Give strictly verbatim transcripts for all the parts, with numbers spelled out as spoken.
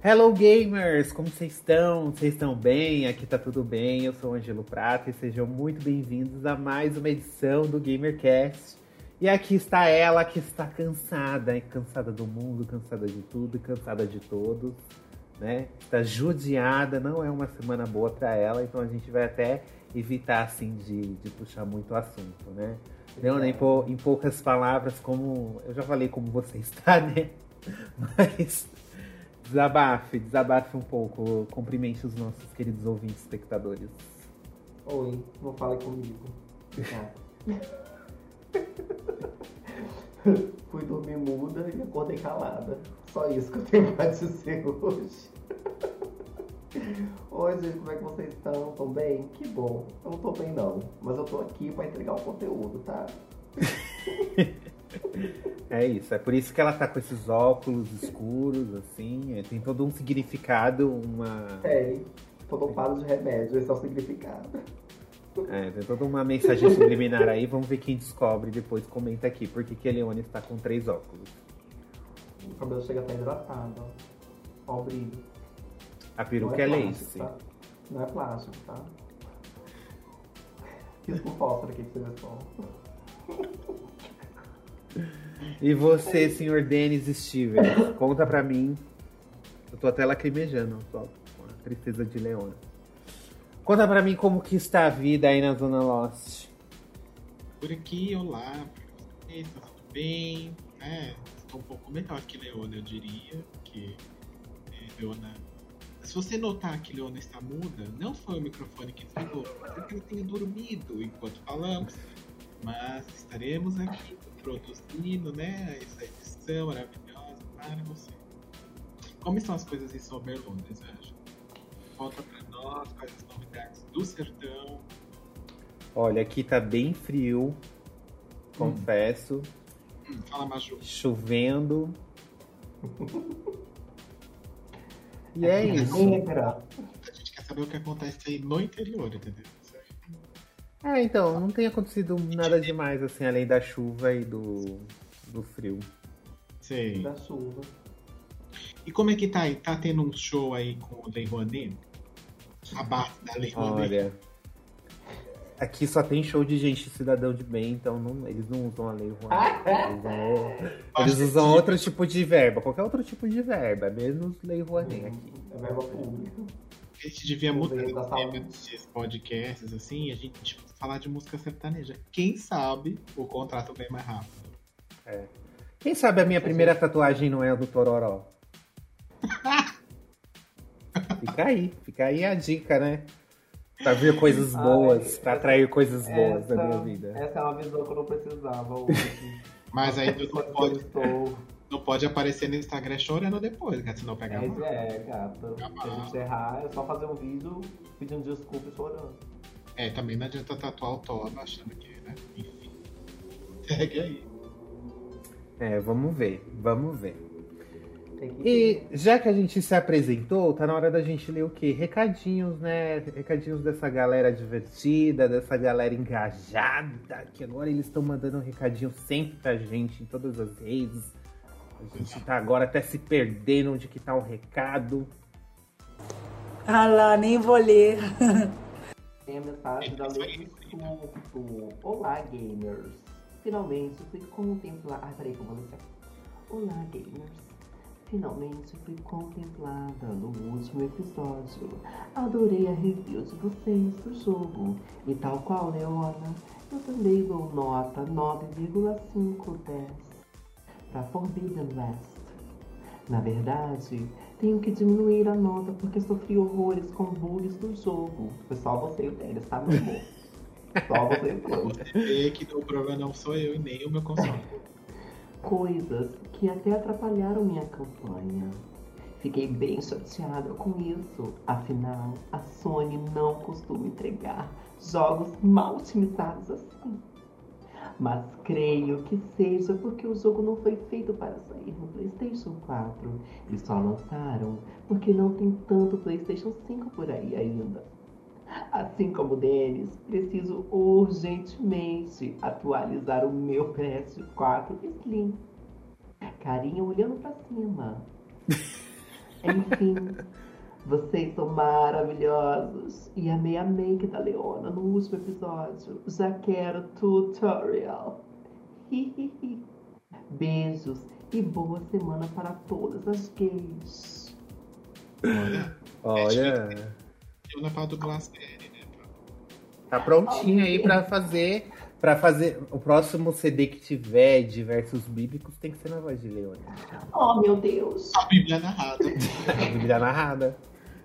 Hello gamers, como vocês estão? Vocês estão bem? Aqui tá tudo bem, eu sou o Ângelo Prata e sejam muito bem-vindos a mais uma edição do GamerCast. E aqui está ela que está cansada, hein? Cansada do mundo, cansada de tudo, cansada de todos, né? Está judiada, não é uma semana boa para ela, então a gente vai até evitar, assim, de, de puxar muito o assunto, né? Leona, em, pou, em poucas palavras, como... Eu já falei como você está, né? Mas... Desabafe, desabafe um pouco, cumprimente os nossos queridos ouvintes espectadores. Oi, não fale comigo. Fui dormir muda e acordei calada. Só isso que eu tenho pra dizer hoje. Oi, gente, como é que vocês estão? Estão bem? Que bom. Eu não tô bem, não. Mas eu tô aqui pra entregar o conteúdo, tá? É isso, é por isso que ela tá com esses óculos escuros, assim, é, tem todo um significado, uma... Tem, tô dopado de remédio, esse é o significado. É, tem toda uma mensagem subliminar aí, vamos ver quem descobre depois, comenta aqui, por que que a Leone está com três óculos. O cabelo chega a estar hidratado, ó, ó o brilho. A peruca é, é lace. Tá? Não é plástico, tá? Risco fósforo aqui pra você ver só. E você, senhor Denis Stevens, conta pra mim. Eu tô até lacrimejando com a tristeza de Leona. Conta pra mim como que está a vida aí na Zona Lost. Por aqui, olá, pra vocês, tá tudo bem? É, estou um pouco melhor que Leona, eu diria. Que é, Leona... Se você notar que Leona está muda, não foi o microfone que desligou, é que eu tenho dormido enquanto falamos. Mas estaremos aqui produzindo, né, essa edição maravilhosa para você. Como estão as coisas em Sober Londres, Ângelo? Conta para nós quais as novidades do sertão. Olha, aqui tá bem frio, confesso. Hum, fala, Maju. Chovendo. E é, é isso. A gente quer saber o que acontece aí no interior, entendeu? É, então, não tem acontecido nada demais, assim, além da chuva e do, do frio. Sei. Da chuva. E como é que tá aí? Tá tendo um show aí com o Lei Rouanet? A base da Lei Rouanet? Olha, aqui só tem show de gente cidadão de bem, então não, eles não usam a Lei Rouanet. Eles usam, eles usam outro tipo de verba, qualquer outro tipo de verba, menos Lei Rouanet aqui. É verba pública. A gente devia mudar esses podcasts, assim, a gente tipo, falar de música sertaneja. Quem sabe o contrato vem mais rápido. É. Quem sabe a minha primeira tatuagem não é a do Tororó? Fica aí, fica aí a dica, né? Pra vir coisas boas, Ai, pra atrair coisas boas essa, da minha vida. Essa é uma visão que eu não precisava hoje. Mas aí tu não pode, estou... não pode aparecer no Instagram chorando depois, gato, senão pega é, mal. É, gata. Se a gente errar, é só fazer um vídeo pedindo desculpa e chorando. É, também não adianta tatuar o Toro achando que, né? Enfim. Segue aí. É, vamos ver, vamos ver. E já que a gente se apresentou, tá na hora da gente ler o quê? Recadinhos, né? Recadinhos dessa galera divertida, dessa galera engajada, que agora eles estão mandando um recadinho sempre pra gente em todas as redes. A gente tá agora até se perdendo onde que tá o recado. Ah lá, nem vou ler. Tem a mensagem da Lei do Olá, gamers. Finalmente fui contemplar... Ai, peraí que eu vou ler. Olá, gamers. Finalmente fui contemplada no último episódio. Adorei a review de vocês do jogo. E tal qual Leona, eu também dou nota nove vírgula cinco dez para Forbidden West. Na verdade, tenho que diminuir a nota porque sofri horrores com bugs do jogo. Foi só você e o Denis, tá, meu amor? Só você e o Denis. Você vê que o problema não sou eu e nem o meu console. Coisas que até atrapalharam minha campanha. Fiquei bem chateada com isso. Afinal, a Sony não costuma entregar jogos mal otimizados assim. Mas creio que seja porque o jogo não foi feito para sair no PlayStation quatro. Eles só lançaram porque não tem tanto PlayStation cinco por aí ainda. Assim como o deles, preciso urgentemente atualizar o meu P S quatro Slim. Carinha olhando pra cima. Enfim, vocês são maravilhosos. E amei a make da Leona no último episódio. Já quero tutorial. Beijos e boa semana para todas as gays. Olha. Olha. Eu na pau do Glassberry, né? Tá prontinho aí pra fazer. Pra fazer o próximo C D que tiver de versos bíblicos tem que ser na voz de Leone. Oh, meu Deus. A Bíblia narrada. A Bíblia narrada.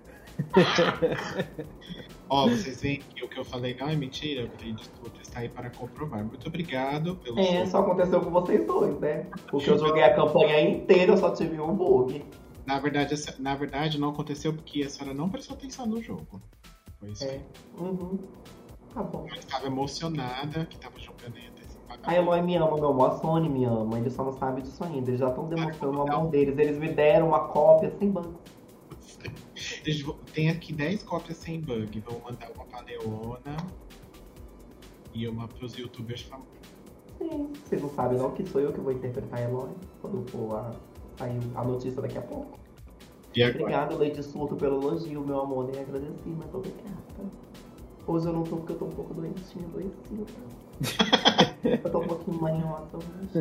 Ó, vocês veem que o que eu falei não é mentira, o que está aí para comprovar. Muito obrigado pelo É, só aconteceu com vocês dois, né? Porque eu joguei a campanha inteira, eu só tive um bug. Na verdade, essa- na verdade, não aconteceu porque a senhora não prestou atenção no jogo. Foi isso. É. Uhum. Tá bom. Ela estava emocionada que estava jogando aí até esse A vagabundo. Eloy me ama, meu amor. A Sony me ama. Eles só não sabem disso ainda. Eles já estão demonstrando o amor deles. Eles me deram uma cópia sem banco. Eles vão- Tem aqui dez cópias sem bug. Vou mandar uma pra Leona e uma pros youtubers famosos. Sim. Vocês não sabem não que sou eu que vou interpretar a Eloy quando for a, sair a notícia daqui a pouco. E agora? Obrigado, Leite Surto, pelo elogio, meu amor. Nem agradeci, mas obrigada. Hoje eu não tô porque eu tô um pouco doentinha, doentinha. Eu tô um pouquinho manhosa hoje.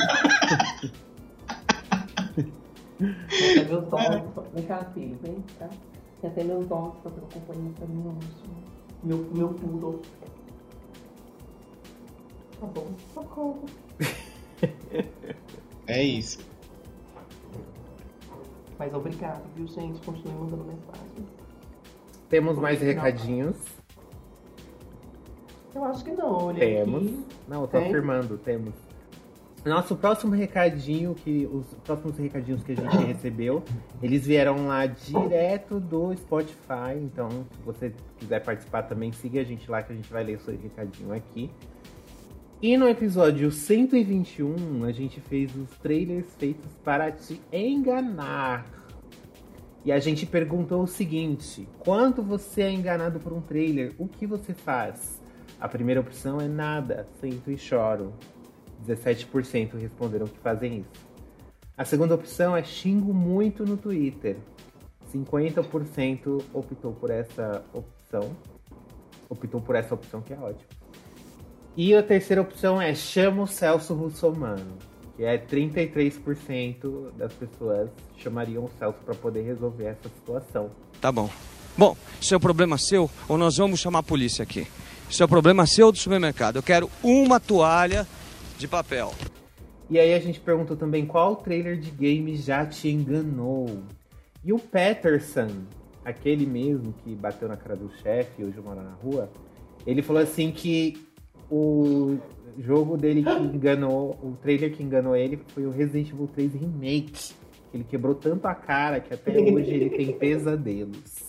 Tem meus dons. Vem cá, filho, vem cá. Tem até meus dons pra ter companhia pra mim hoje. Meu, meu poodle. Tá bom, socorro. É isso. Mas obrigado, viu, gente? Continue mandando mensagem. Temos mais recadinhos. Eu acho que não, olhei Temos. aqui. Não, eu tô Tem? afirmando, temos. Nosso próximo recadinho, que os próximos recadinhos que a gente recebeu, eles vieram lá direto do Spotify. Então, se você quiser participar também, siga a gente lá que a gente vai ler o seu recadinho aqui. E no episódio cento e vinte e um, a gente fez os trailers feitos para te enganar. E a gente perguntou o seguinte: quando você é enganado por um trailer, o que você faz? A primeira opção é nada, sento e choro. dezessete por cento responderam que fazem isso. A segunda opção é xingo muito no Twitter. cinquenta por cento optou por essa opção. Optou por essa opção, que é ótimo. E a terceira opção é chama o Celso Russomano, que é trinta e três por cento das pessoas chamariam o Celso para poder resolver essa situação. Tá bom. Bom, isso é o problema seu ou nós vamos chamar a polícia aqui? Isso é o problema seu do supermercado. Eu quero uma toalha de papel. E aí a gente perguntou também qual trailer de game já te enganou. E o Peterson, aquele mesmo que bateu na cara do chefe e hoje mora na rua, ele falou assim que o jogo dele que enganou, o trailer que enganou ele foi o Resident Evil três Remake. Ele quebrou tanto a cara que até hoje ele tem pesadelos.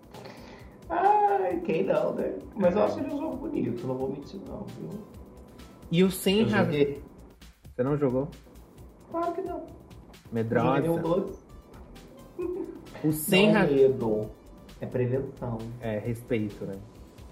Ai, quem não, né? Mas eu acho ele um jogo bonito, não vou mentir não, viu? E o Sem Eu Razão. joguei. Você não jogou? Claro que não. Medrosa. Joguei um dois. O Sem Não é Razão. medo, é prevenção. É, respeito, né?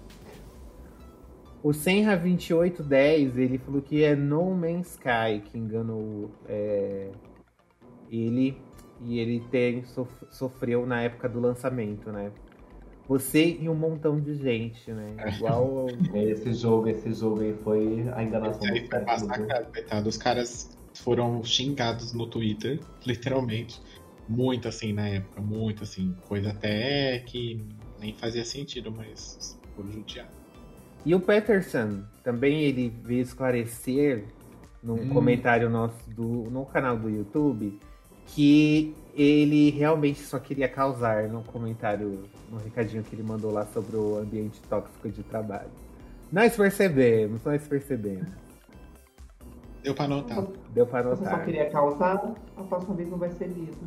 O Senra vinte e oito dez, ele falou que é No Man's Sky que enganou é, ele. E ele tem, sof- sofreu na época do lançamento, né? Você e um montão de gente, né? Igual... Esse jogo, esse jogo aí foi a enganação Esse aí do foi século. massacrado, coitado. Os caras foram xingados no Twitter, literalmente. Muito assim na época, muito assim. Coisa até que nem fazia sentido, mas foram judiados. E o Peterson, também ele veio esclarecer num Hum. comentário nosso do, no canal do YouTube que ele realmente só queria causar no comentário, no recadinho que ele mandou lá sobre o ambiente tóxico de trabalho. Nós percebemos, nós percebemos. Deu pra notar. Deu para Você só notar. queria causar, a próxima vez não vai ser lido.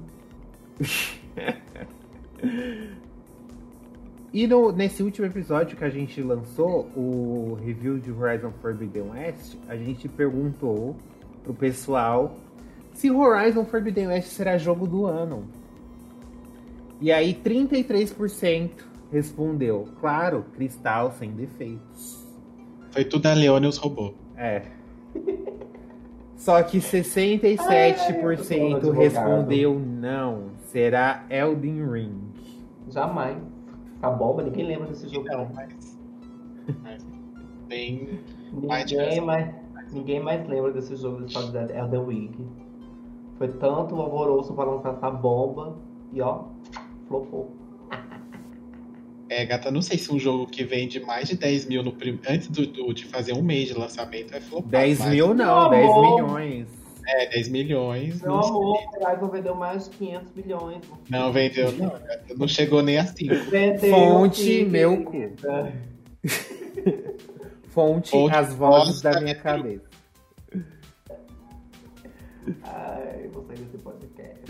E no, nesse último episódio que a gente lançou, o review de Horizon Forbidden West, a gente perguntou pro pessoal se Horizon Forbidden West será jogo do ano. E aí trinta e três por cento respondeu, claro, cristal sem defeitos. Foi tudo a Leone e os robôs. É. Só que sessenta e sete por cento Ai, eu tô respondeu não. será Elden Ring. Jamais. A bomba, ninguém lembra desse jogo. Não, mas. mas bem. Ninguém mais, ninguém mais lembra desse jogo de Elden Ring. Foi tanto alvoroço pra lançar essa bomba e ó, flopou. É, gata, não sei se um jogo que vende mais de dez mil no prim... antes do, do- de fazer um mês de lançamento é flopar. dez mas- mil não, Meu dez amor. milhões. É, dez milhões. Meu Não, amor, o Horizon vendeu mais de quinhentos bilhões. não vendeu, não. Gata, não chegou nem a cinco. Vendeu, Fonte, sim, meu querida. Fonte, Fonte, as vozes vozes da da minha minha cabeça. Ai, você nesse podcast.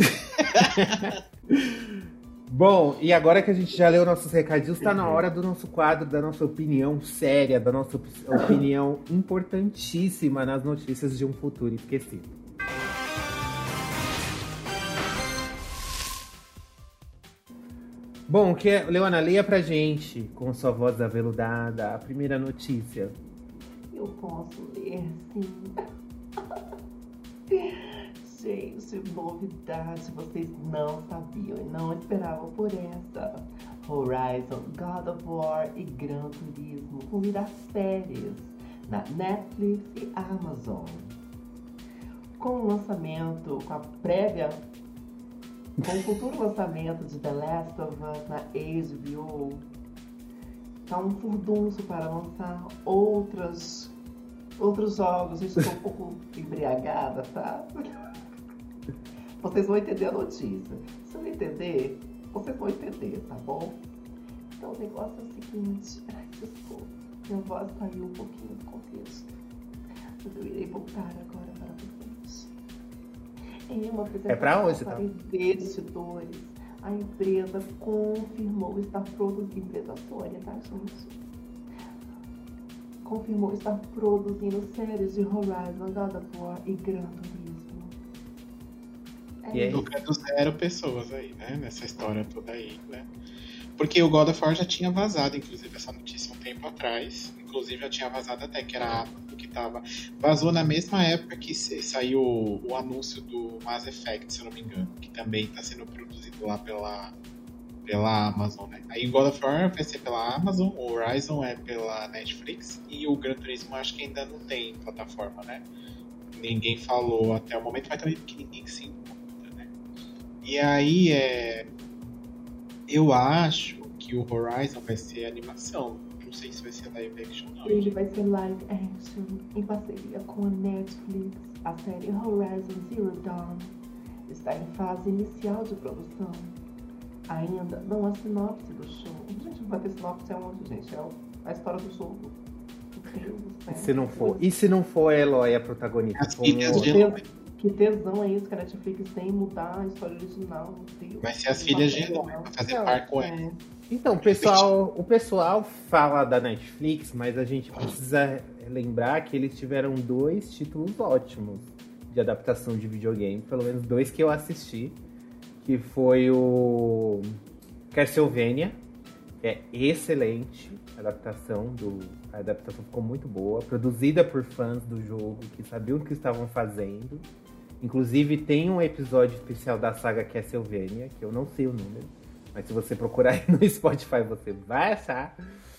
Bom, e agora que a gente já leu nossos recadinhos, tá na hora do nosso quadro, da nossa opinião séria, da nossa op- opinião importantíssima nas notícias de um futuro esquecido. Bom, que é, Leona, leia pra gente, com sua voz aveludada, a primeira notícia. Eu posso ler, sim. Gente, novidade, vocês não sabiam e não esperavam por essa. Horizon, God of War e Gran Turismo vão virar séries na Netflix e Amazon. Com o lançamento, com a prévia, com o futuro lançamento de The Last of Us na H B O, tá um furdunço para lançar outras, outros jogos. Estou um pouco embriagada, tá? Vocês vão entender a notícia. Se não entender, vocês vão entender, tá bom? Então o negócio é o seguinte. Ai, desculpa, minha voz saiu um pouquinho do contexto. Mas eu irei voltar agora para vocês. Em uma apresentação É pra hoje, tá? para investidores, a empresa confirmou estar produzindo. Empresa Sônia, tá, gente? Confirmou estar produzindo séries de Horizon, God of War e Gran Turismo. E aí? No canto zero pessoas aí, né? Nessa história toda aí, né? Porque o God of War já tinha vazado, inclusive, essa notícia um tempo atrás. Inclusive, já tinha vazado até que era a Amazon que tava... Vazou na mesma época que se- saiu o, o anúncio do Mass Effect, se eu não me engano. Que também tá sendo produzido lá pela, pela Amazon, né? Aí o God of War vai ser pela Amazon, o Horizon é pela Netflix. E o Gran Turismo acho que ainda não tem plataforma, né? Ninguém falou até o momento, mas também porque ninguém se encontra, né? E aí, é... eu acho que o Horizon vai ser animação. Não sei se vai ser live action, não. Ele vai ser live action em parceria com a Netflix. A série Horizon Zero Dawn está em fase inicial de produção. Ainda não há sinopse do show. Gente, não vai ter sinopse aonde, gente? É a história do jogo. Meu Deus do céu. E se não for? E se não for a Eloy a protagonista? As Como- filhas de Que Eloy. tes- Que tesão é isso que a Netflix tem em mudar a história original. Meu Deus. Vai ser as filhas de Eloy, vai fazer Não, par com ela. É. Então, o pessoal, o pessoal fala da Netflix, mas a gente precisa lembrar que eles tiveram dois títulos ótimos de adaptação de videogame, pelo menos dois que eu assisti, que foi o Castlevania, que é excelente a adaptação do, a adaptação ficou muito boa, produzida por fãs do jogo que sabiam o que estavam fazendo. Inclusive tem um episódio especial da saga Castlevania, que eu não sei o número. Mas se você procurar aí no Spotify, você vai achar.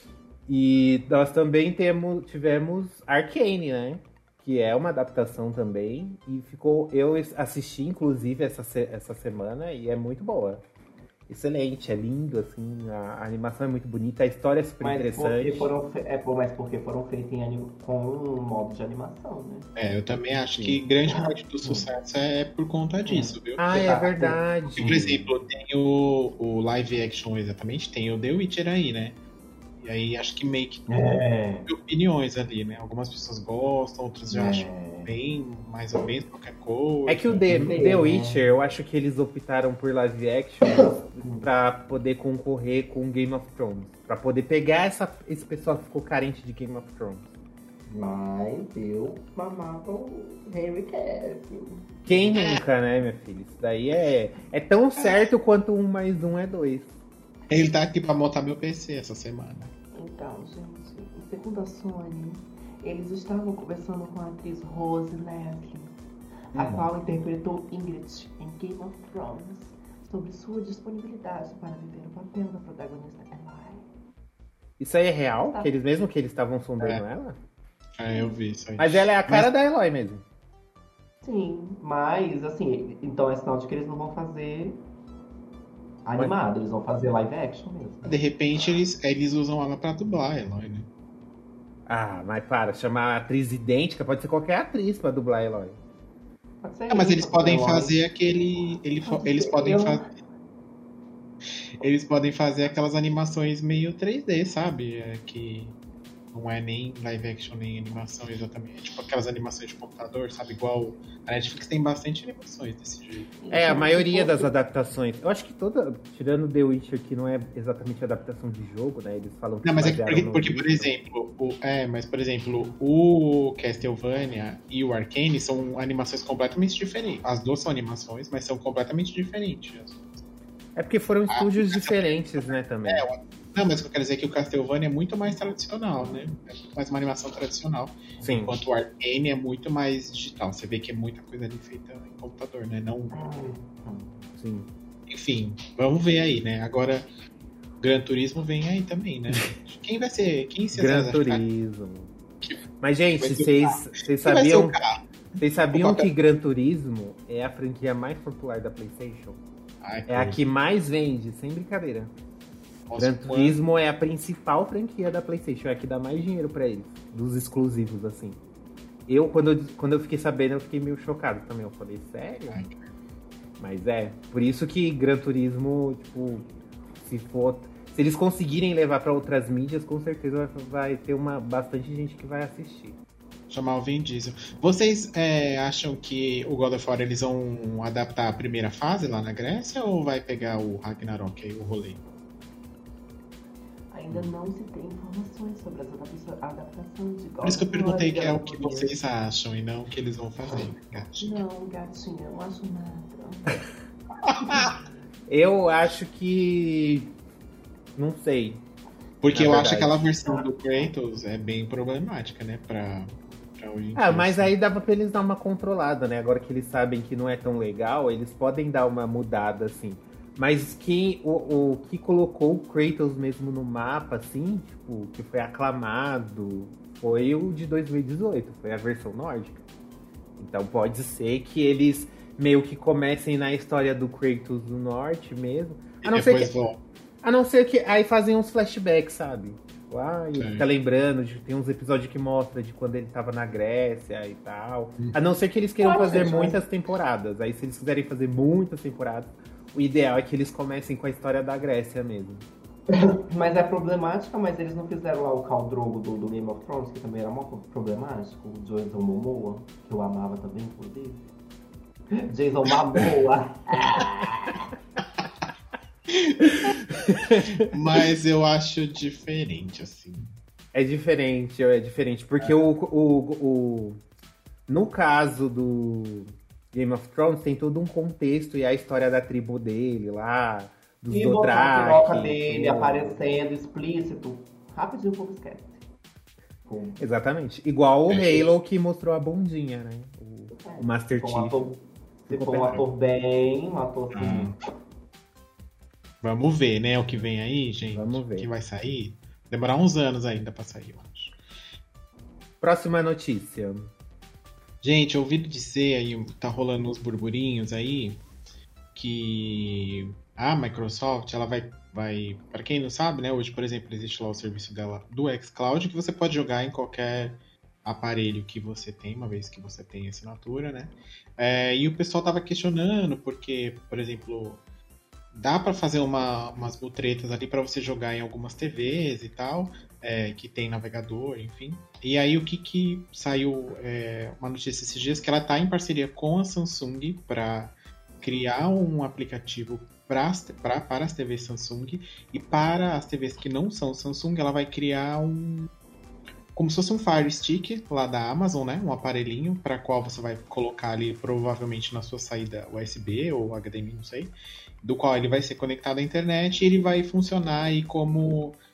E nós também temos, tivemos Arcane, né? Que é uma adaptação também. E ficou. Eu assisti, inclusive, essa, se- essa semana e é muito boa. Excelente, é lindo, assim. A, a animação é muito bonita, a história é super Mas interessante. porque foram, fe- é, pô, mas porque foram feitos em anim... com um modo de animação, né? É, eu também acho Sim. que grande parte do sucesso é por conta disso, viu? Ah, é verdade. Porque, por exemplo, tem o, o live action exatamente, tem o The Witcher aí, né? E aí acho que meio que É. tem opiniões ali, né? Algumas pessoas gostam, outras já acham É. bem, mais ou menos, qualquer coisa. É que o The, Sim. The Witcher, eu acho que eles optaram por live action pra poder concorrer com Game of Thrones. Pra poder pegar essa, esse pessoal que ficou carente de Game of Thrones. Mas eu mamava o Henry Cavill. Quem nunca, né, minha filha? Isso daí é, é tão certo quanto um mais um é dois. Ele tá aqui pra montar meu P C essa semana. Então, gente, segundo a Sony, eles estavam conversando com a atriz Rose Leslie, a Hum. qual interpretou Ygritte em Game of Thrones, sobre sua disponibilidade para viver o papel da protagonista Eloy. Isso aí é real? Tá. Que eles, mesmo que eles estavam sondando É. ela? É, eu vi isso aí. Mas ela é a cara Mas- da Eloy mesmo. Sim, mas assim, então é sinal de que eles não vão fazer animado, eles vão fazer live action mesmo. De repente eles, eles usam ela pra dublar, Eloy, né? Ah, mas para, chamar a atriz idêntica, pode ser qualquer atriz pra dublar a Eloy. Pode ser Ah, mas isso, eles pode ser podem Eloy. fazer aquele. Ele, fo- Pode eles ser podem eu. fazer. Eles podem fazer aquelas animações meio três D, sabe? É, que não é nem live action nem animação exatamente. É tipo aquelas animações de computador, sabe? Igual a Netflix tem bastante animações desse jeito. É, a Então, maioria se das fosse- adaptações. Eu acho que toda, tirando The Witcher, que não é exatamente adaptação de jogo, né? Eles falam que Não, mas é que basearam porque, no porque, por livro. exemplo, o, é, mas por exemplo, o Castlevania e o Arcane são animações completamente diferentes. As duas são animações, mas são completamente diferentes. É porque foram Ah, estúdios diferentes, né, também. É, não, mas o que eu quero dizer é que o Castlevania é muito mais tradicional, né? É muito mais uma animação tradicional. Sim. Enquanto o Arcane é muito mais digital. Você vê que é muita coisa ali feita em computador, né? Não... Ah, então. Sim. Enfim, vamos ver aí, né? Agora, Gran Turismo vem aí também, né? Quem vai ser... Quem se Gran vai ficar- Turismo. Mas, gente, Vai ser o vocês vocês Quem vai ser o sabiam, carro? vocês sabiam O papel- que Gran Turismo é a franquia mais popular da PlayStation? Ai, É a que mais vende, sem brincadeira. nossa, Gran Turismo é a principal franquia da PlayStation, é a que dá mais dinheiro pra eles, dos exclusivos, assim. Eu, quando eu, quando eu fiquei sabendo, eu fiquei meio chocado também. Eu falei, sério? Ai, Mas é, por isso que Gran Turismo, tipo, se for... Se eles conseguirem levar pra outras mídias, com certeza vai, vai ter uma, bastante gente que vai assistir. chamar o Vin Diesel. Vocês é, acham que o God of War eles vão adaptar a primeira fase lá na Grécia ou vai pegar o Ragnarok aí, o rolê? Ainda não se tem informações sobre as adaptações adaptações de God Por isso que eu of War, perguntei que é o que garoto. vocês acham e não o que eles vão fazer. gatinho. Não, gatinha, não acho nada. Eu acho que... Não sei. Porque Na eu verdade. acho aquela versão do Kratos é bem problemática, né? Pra, pra hoje em Ah, dia, mas assim. aí dava pra eles dar uma controlada, né? Agora que eles sabem que não é tão legal, eles podem dar uma mudada, assim. Mas quem, o, o que colocou o Kratos mesmo no mapa, assim, tipo, que foi aclamado, foi o de dois mil e dezoito, foi a versão nórdica. Então pode ser que eles meio que comecem na história do Kratos do norte mesmo. E A não ser depois que, vão. a não ser que aí fazem uns flashbacks, sabe? Tipo, ah, ele Sim. fica lembrando, de, tem uns episódios que mostra de quando ele tava na Grécia e tal. A não ser que eles queiram Pode fazer ser, muitas temporadas. Aí se eles quiserem fazer muitas temporadas, o ideal é que eles comecem com a história da Grécia mesmo. Mas é problemática, mas eles não fizeram lá o Khal Drogo do, do Game of Thrones, que também era mó problemático. O Jason Momoa, que eu amava também, inclusive. Jason Momoa. Mas eu acho diferente, assim. É diferente, é diferente. Porque o, o, o. No caso do Game of Thrones, tem todo um contexto e a história da tribo dele lá, dos E botar a Dothraki. piroca dele tudo. aparecendo explícito. Rapidinho o povo esquece. Pum. Exatamente. Igual o É. Halo que mostrou a bundinha, né? O, o Master Se for Chief. um ator, se Ficou for um perfeito. ator bem, um ator assim. Vamos ver, né? O que vem aí, gente. Vamos ver. O que vai sair. Demorar uns anos ainda pra sair, eu acho. Próxima notícia. Gente, ouvido dizer aí, tá rolando uns burburinhos aí que a Microsoft, ela vai, vai, para quem não sabe, né, hoje, por exemplo, existe lá o serviço dela do xCloud, que você pode jogar em qualquer aparelho que você tem, uma vez que você tem assinatura, né? É, e o pessoal tava questionando porque, por exemplo, dá para fazer uma, umas mutretas ali para você jogar em algumas T Vs e tal, é, que tem navegador, enfim. E aí o que que saiu é, uma notícia esses dias que ela tá em parceria com a Samsung para criar um aplicativo pra, pra, para as T Vs Samsung, e para as T Vs que não são Samsung ela vai criar um como se fosse um Fire Stick lá da Amazon, né? Um aparelhinho para qual você vai colocar ali provavelmente na sua saída U S B ou H D M I, não sei, do qual ele vai ser conectado à internet e ele vai funcionar aí como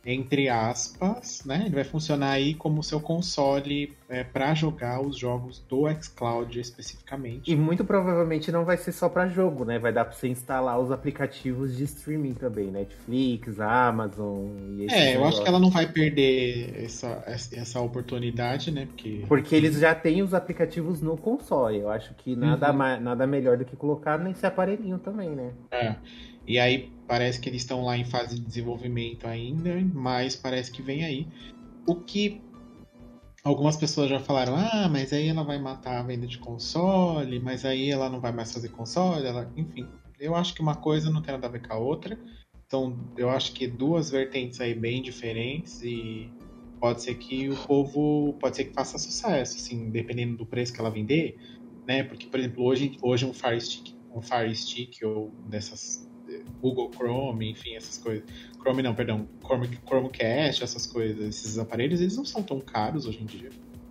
entre aspas, né? Ele vai funcionar aí como seu console é, para jogar os jogos do xCloud especificamente. E muito provavelmente não vai ser só para jogo, né? Vai dar para você instalar os aplicativos de streaming também, Netflix, Amazon e esses É, eu negócios. acho que ela não vai perder essa, essa oportunidade, né? Porque... Porque eles já têm os aplicativos no console. Eu acho que nada, Uhum. mais, nada melhor do que colocar nesse aparelhinho também, né? É. E aí parece que eles estão lá em fase de desenvolvimento ainda, mas parece que vem aí. O que algumas pessoas já falaram, ah, mas aí ela vai matar a venda de console, mas aí ela não vai mais fazer console, ela... enfim. Eu acho que uma coisa não tem nada a ver com a outra. Então, eu acho que duas vertentes aí bem diferentes e pode ser que o povo, pode ser que faça sucesso, assim, dependendo do preço que ela vender, né? Porque, por exemplo, hoje, hoje um Fire Stick, um Fire Stick ou dessas Google Chrome, enfim, essas coisas. Chrome não, perdão, Chrome, Chromecast, essas coisas, esses aparelhos, eles não são tão caros hoje em dia.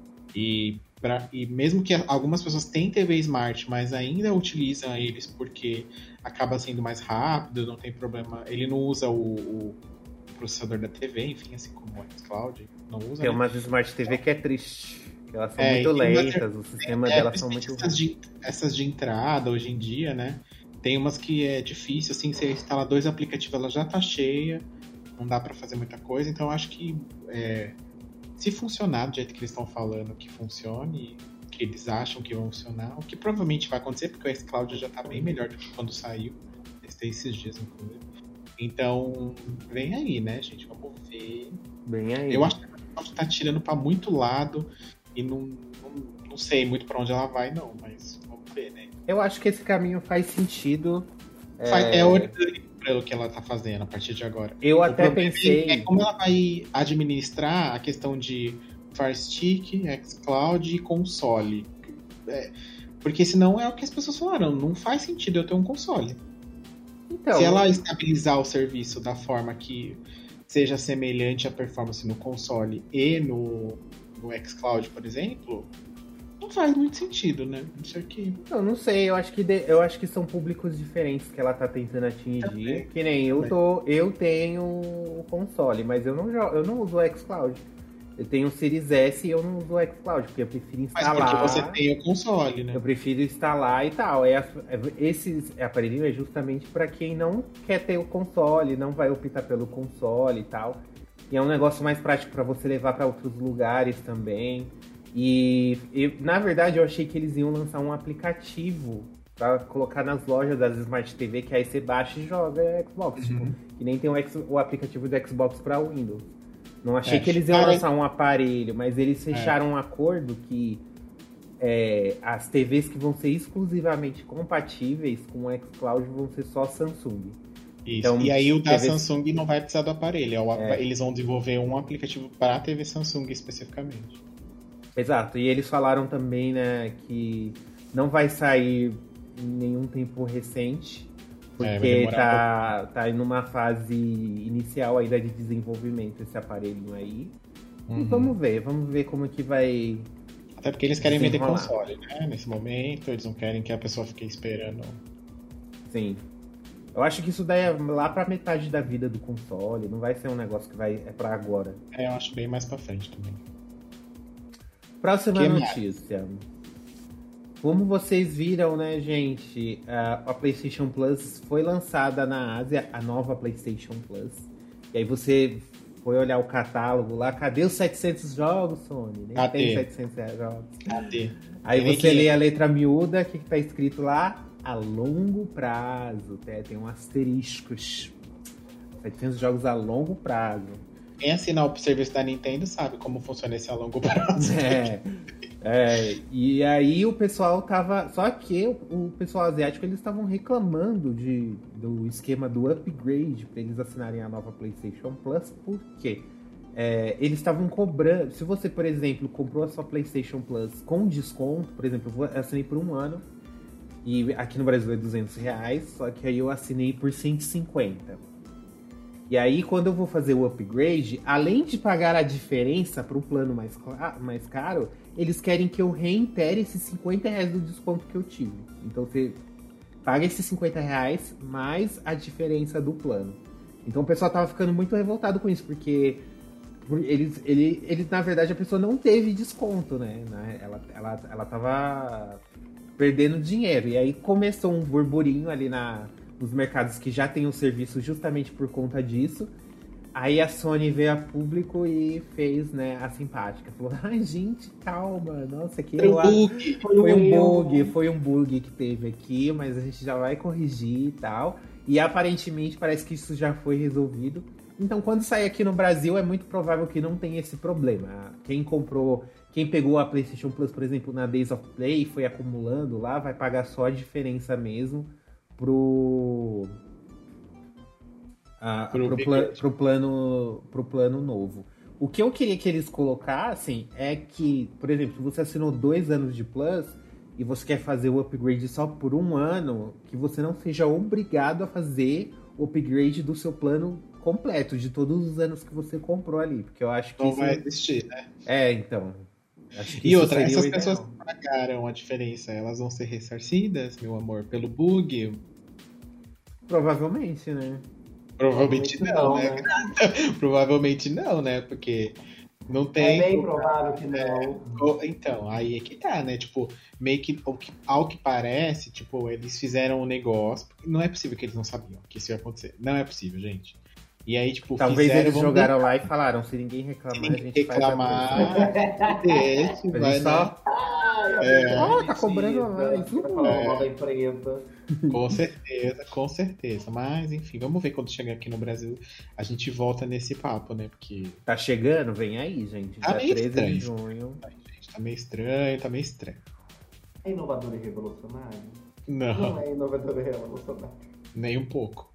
E, pra, e mesmo que algumas pessoas tenham T V Smart, mas ainda utilizam eles porque acaba sendo mais rápido, não tem problema. Ele não usa o, o processador da T V, enfim, assim como o xCloud, não usa. Tem né? umas Smart T V que é triste. Que elas são É, muito e uma- lentas, o sistema É, delas são muito principalmente essas de, essas de entrada hoje em dia, né? Tem umas que é difícil, assim, você instala dois aplicativos, ela já tá cheia, não dá pra fazer muita coisa, então eu acho que é, se funcionar do jeito que eles estão falando que funcione, que eles acham que vai funcionar, o que provavelmente vai acontecer, porque o xCloud já tá bem melhor do que quando saiu, testei esses dias, inclusive. Então, vem aí, né, gente? Vamos ver. bem aí. Eu acho que ela tá tirando pra muito lado e não, não, não sei muito pra onde ela vai, não, mas vamos ver, né? Eu acho que esse caminho faz sentido. Faz- É orgânico pelo que ela tá fazendo a partir de agora. Eu O até problema pensei. É como ela vai administrar a questão de Fire Stick, xCloud e console. É, porque senão é o que as pessoas falaram, não faz sentido eu ter um console. Então, Se ela estabilizar o serviço da forma que seja semelhante à performance no console e no, no xCloud, por exemplo, não faz muito sentido, né? Isso aqui. eu não sei, eu acho que de- eu acho que são públicos diferentes que ela tá tentando atingir. Também. Que nem eu tô, eu tenho o console, mas eu não jogo, eu não uso o xCloud. Eu tenho o Series S e eu não uso o xCloud, porque eu prefiro Mas instalar. porque você tem o console, né? Eu prefiro instalar e tal. É, esse aparelhinho é justamente para quem não quer ter o console, não vai optar pelo console e tal. E é um negócio mais prático para você levar para outros lugares também. E, e, na verdade, eu achei que eles iam lançar um aplicativo para colocar nas lojas das Smart T V, que aí você baixa e joga Xbox. Uhum. Tipo, que nem tem o, X- o aplicativo do Xbox para Windows. Não achei É, que eles iam cara, lançar um aparelho, mas eles fecharam um acordo que é, as T Vs que vão ser exclusivamente compatíveis com o xCloud vão ser só Samsung. Isso. Então, e aí o da T V Samsung não vai precisar do aparelho. é o- É. Eles vão desenvolver um aplicativo para a T V Samsung especificamente. Exato, e eles falaram também, né, que não vai sair em nenhum tempo recente, É, vai porque demorar tá, tá em uma fase inicial ainda de desenvolvimento esse aparelhinho aí. E Uhum. vamos ver, vamos ver como que vai... Até porque eles querem vender desenrolar. console, né? Nesse momento, eles não querem que a pessoa fique esperando. Sim. Eu acho que isso daí é lá pra metade da vida do console, não vai ser um negócio que vai é pra agora. É, eu acho bem mais pra frente também. Próxima Que mais? notícia. Como vocês viram, né, gente, a, a PlayStation Plus foi lançada na Ásia, a nova PlayStation Plus. E aí você foi olhar o catálogo lá, cadê os setecentos jogos, Sony? Nem Cadê? tem setecentos jogos. Cadê? Aí Tem nem você que- lê a letra miúda, o que, que tá escrito lá? A longo prazo. Tem, tem um asteriscos. setecentos jogos a longo prazo. Quem assinar o serviço da Nintendo sabe como funciona esse a longo prazo. É, é, e aí o pessoal tava. Só que o, o pessoal asiático eles estavam reclamando de, do esquema do upgrade para eles assinarem a nova PlayStation Plus, porque é, eles estavam cobrando. Se você, por exemplo, comprou a sua PlayStation Plus com desconto, por exemplo, eu vou- eu assinei por um ano, e aqui no Brasil é duzentos reais, só que aí eu assinei por cento e cinquenta. E aí, quando eu vou fazer o upgrade, além de pagar a diferença para o plano mais, cla- mais caro, eles querem que eu reintere esses cinquenta reais do desconto que eu tive. Então, você paga esses cinquenta reais mais a diferença do plano. Então o pessoal tava ficando muito revoltado com isso, porque eles, ele, ele, na verdade, a pessoa não teve desconto, né? Ela, ela, ela tava perdendo dinheiro. E aí começou um burburinho ali na, nos mercados que já tem o serviço justamente por conta disso. Aí a Sony veio a público e fez, né, a simpática. Falou, ai, gente, calma, nossa, aqui Foi um bug. foi um bug, foi um bug que teve aqui, mas a gente já vai corrigir e tal. E aparentemente parece que isso já foi resolvido. Então, quando sair aqui no Brasil, é muito provável que não tenha esse problema. Quem comprou, quem pegou a PlayStation Plus, por exemplo, na Days of Play e foi acumulando lá, vai pagar só a diferença mesmo pro... Ah, pro, pro, pla- pro, plano, pro plano novo. O que eu queria que eles colocassem é que, por exemplo, se você assinou dois anos de Plus e você quer fazer o upgrade só por um ano, que você não seja obrigado a fazer o upgrade do seu plano completo, de todos os anos que você comprou ali. Porque eu acho que Não isso... vai existir, né? É, então. Acho que E isso outra, seria essas o pessoas ideal. que pagaram a diferença, elas vão ser ressarcidas, meu amor, pelo bug? Provavelmente, né? Provavelmente Provavelmente não, não, né? né? Provavelmente não, né? Porque não É tem. bem provável que não. Co- Então, aí é que tá, né? Tipo, meio que ao, que ao que parece, tipo, eles fizeram um negócio. Não é possível que eles não sabiam que isso ia acontecer. Não é possível, gente. E aí, tipo, Talvez fizeram, eles vamos jogaram lá e falaram, se ninguém reclamar, Se a ninguém gente faz a coisa. reclamar, deixa, A vai, gente só... É. Ah, tá cobrando a mais. É. Da empresa. Com certeza, com certeza. Mas, enfim, vamos ver quando chegar aqui no Brasil. A gente volta nesse papo, né? Porque Tá chegando? Vem aí, gente. Tá Dia meio treze de estranho. junho. ai, gente, tá meio estranho, tá meio estranho. É inovador e revolucionário? Não, Não é inovador e revolucionário. nem um pouco.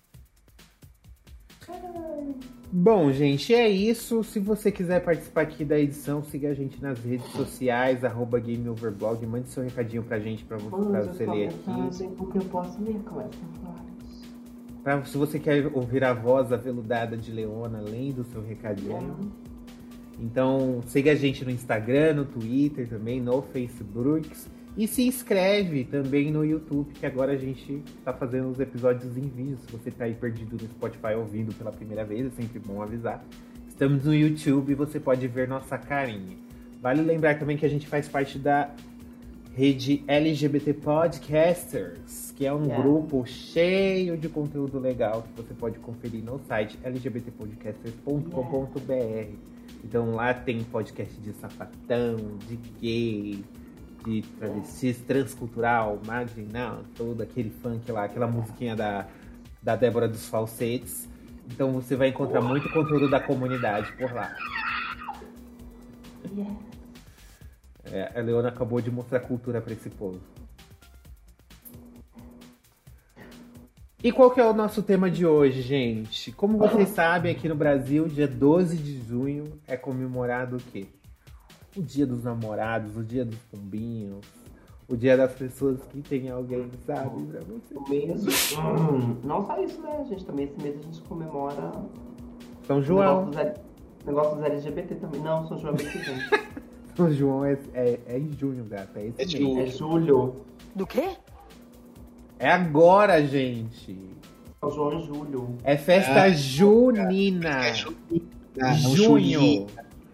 Bom, gente, é isso. Se você quiser participar aqui da edição, siga a gente nas redes sociais, arroba GameOverblog. Mande seu recadinho pra gente, pra, vo- pra Mande você os ler aqui. comentários, porque eu posso ler com essa voz. Pra, se você quer ouvir a voz aveludada de Leona, além do seu recadinho. Então, siga a gente no Instagram, no Twitter também, no Facebook. E se inscreve também no YouTube, que agora a gente tá fazendo os episódios em vídeo. Se você tá aí perdido no Spotify ouvindo pela primeira vez, é sempre bom avisar. Estamos no YouTube e você pode ver nossa carinha. Vale lembrar também que a gente faz parte da rede L G B T Podcasters, que é um Yeah. grupo cheio de conteúdo legal que você pode conferir no site l g b t podcasters ponto com ponto b r. Então lá tem podcast de sapatão, de gay, de travestis, transcultural, marginal, todo aquele funk lá, aquela musiquinha da, da Débora dos Falsetes. Então você vai encontrar muito conteúdo da comunidade por lá. É, a Leona acabou de mostrar cultura pra esse povo. E qual que é o nosso tema de hoje, gente? Como vocês sabem, aqui no Brasil, dia doze de junho é comemorado o quê? O dia dos namorados, o dia dos pombinhos, o dia das pessoas que tem alguém, sabe? Pra você. O mês. Hum, não só isso, né, gente? Também esse mês a gente comemora. São o João. Negócio dos, L- negócio dos L G B T também. Não, São João é mês que vem. São João é, é, é em junho, gata. É esse É mês. junho. É julho. Do quê? É agora, gente. São João é julho. É festa Ah, junina. Ah, não, Junho. Chuí.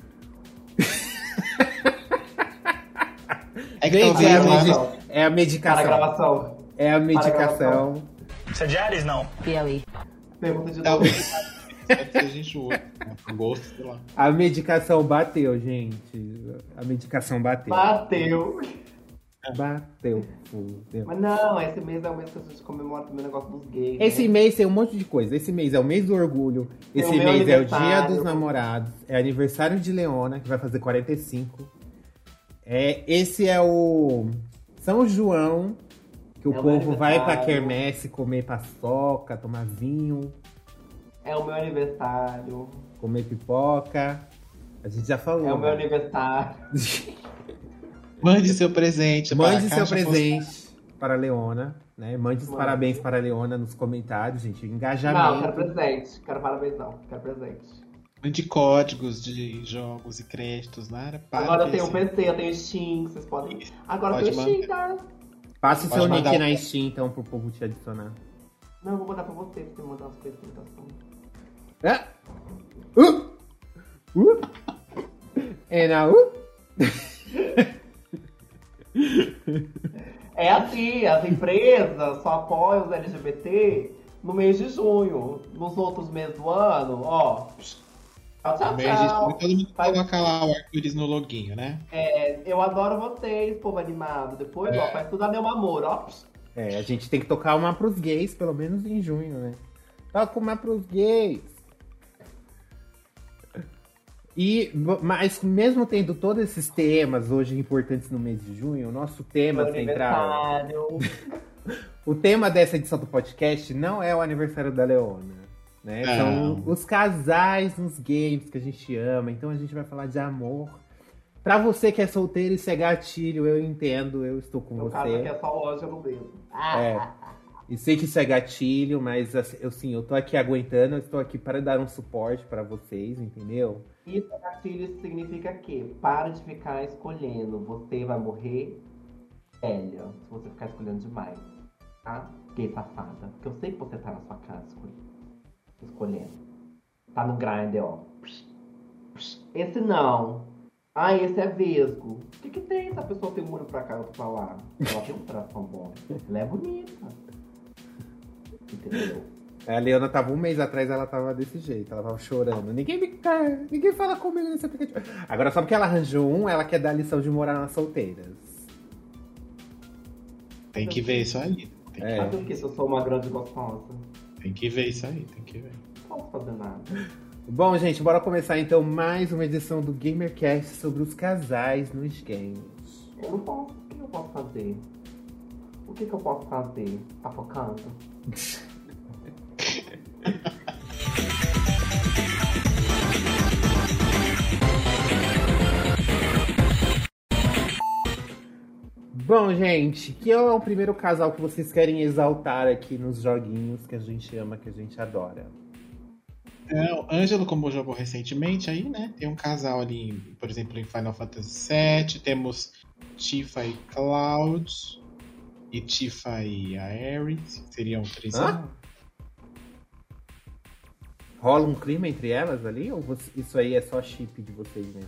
É que Gente, é a, talvez medi- não. é a Para a medicação. gravação. É a Para a medicação. Você é de Ares, não? Piauí. Pergunta de novo. talvez seja em junho. né? Com gosto, sei lá. A medicação bateu, gente. A medicação bateu. Bateu. Bateu, fudeu. Mas não, esse mês é o mês que a gente comemora também o negócio dos gays. Esse né? mês tem um monte de coisa. Esse mês é o mês do orgulho. Tem Esse o meu mês é o dia aniversário. dos namorados. É aniversário de Leona, que vai fazer quarenta e cinco. É, esse é o São João, que o É o povo meu vai pra aniversário. quermesse comer paçoca, tomar vinho, É o meu aniversário. comer pipoca. A gente já falou. É o meu né? aniversário. Mande seu presente. para Mande a seu caixa presente para a Leona, né? Mande os Mande. parabéns para a Leona nos comentários, gente. Não, quero Engajamento. presente. Quero parabéns, não. Quero presente. postal. Mande códigos de jogos e créditos, Nara. para Agora eu tenho o esse- P C, eu tenho Steam, vocês podem. Agora eu Pode tenho Steam, mandar. tá? Passa o Pode seu nick mandar na um- Steam, então, pro povo te adicionar. Não, vou mandar pra você, pra você mandar umas coisas pra mim. Ah. Uh. Uh. É na uh. É assim, as empresas só apoiam os L G B T no mês de junho. Nos outros meses do ano, ó. Tchau, tchau, Mês de junho, tchau. todo mundo Faz- coloca lá o arco-íris no loginho, né? É, eu adoro vocês, povo animado. Depois, ó, faz tudo a meu amor, ó. É, a gente tem que tocar uma pros gays, pelo menos em junho, né? Toca uma pros gays. E, mas mesmo tendo todos esses temas hoje importantes no mês de junho, o nosso tema Meu central, aniversário. o tema dessa edição do podcast não é o aniversário da Leona, né? São Não. os casais nos games que a gente ama. Então a gente vai falar de amor. Pra você que é solteiro e se é gatilho, eu entendo, eu estou com No você. caso aqui é só o Ângelo mesmo. Ah, É. E sei que isso é gatilho, mas assim, eu sim, eu tô aqui aguentando, eu estou aqui para dar um suporte pra vocês, entendeu? Isso, gatilho, isso significa que para de ficar escolhendo. Você vai morrer velha se você ficar escolhendo demais. Tá? Gay safada. Porque eu sei que você tá na sua casa escolhendo. escolhendo. Tá no grind, ó. Esse não. Ah, esse é vesgo. O que que tem? Essa pessoa tem um olho pra cá e outro pra lá. Ela tem um tração bom. Ela é bonita. Entendeu? A Leona tava um mês atrás, ela tava desse jeito, ela tava chorando. Ninguém me quer, ninguém fala comigo nesse aplicativo. Agora, só porque ela arranjou um, ela quer dar a lição de morar nas solteiras. Tem que ver isso aí. Tem, É. Sabe o que? Se eu sou uma grande gostosa. tem que ver isso aí, tem que ver. Não posso fazer nada. Bom, gente, bora começar então mais uma edição do GamerCast sobre os casais nos games. Eu não posso. O que eu posso fazer? O que que eu posso fazer? Tá focando? Bom, gente, que é o primeiro casal que vocês querem exaltar aqui nos joguinhos que a gente ama, que a gente adora? É, o Ângelo, como jogou recentemente, aí, né? Tem um casal ali, por exemplo, em Final Fantasy sete. Temos Tifa e Cloud. E Tifa e Aerith. Seriam três. Hã? Rola um clima entre elas ali? Ou você- isso aí é só chip de vocês mesmo?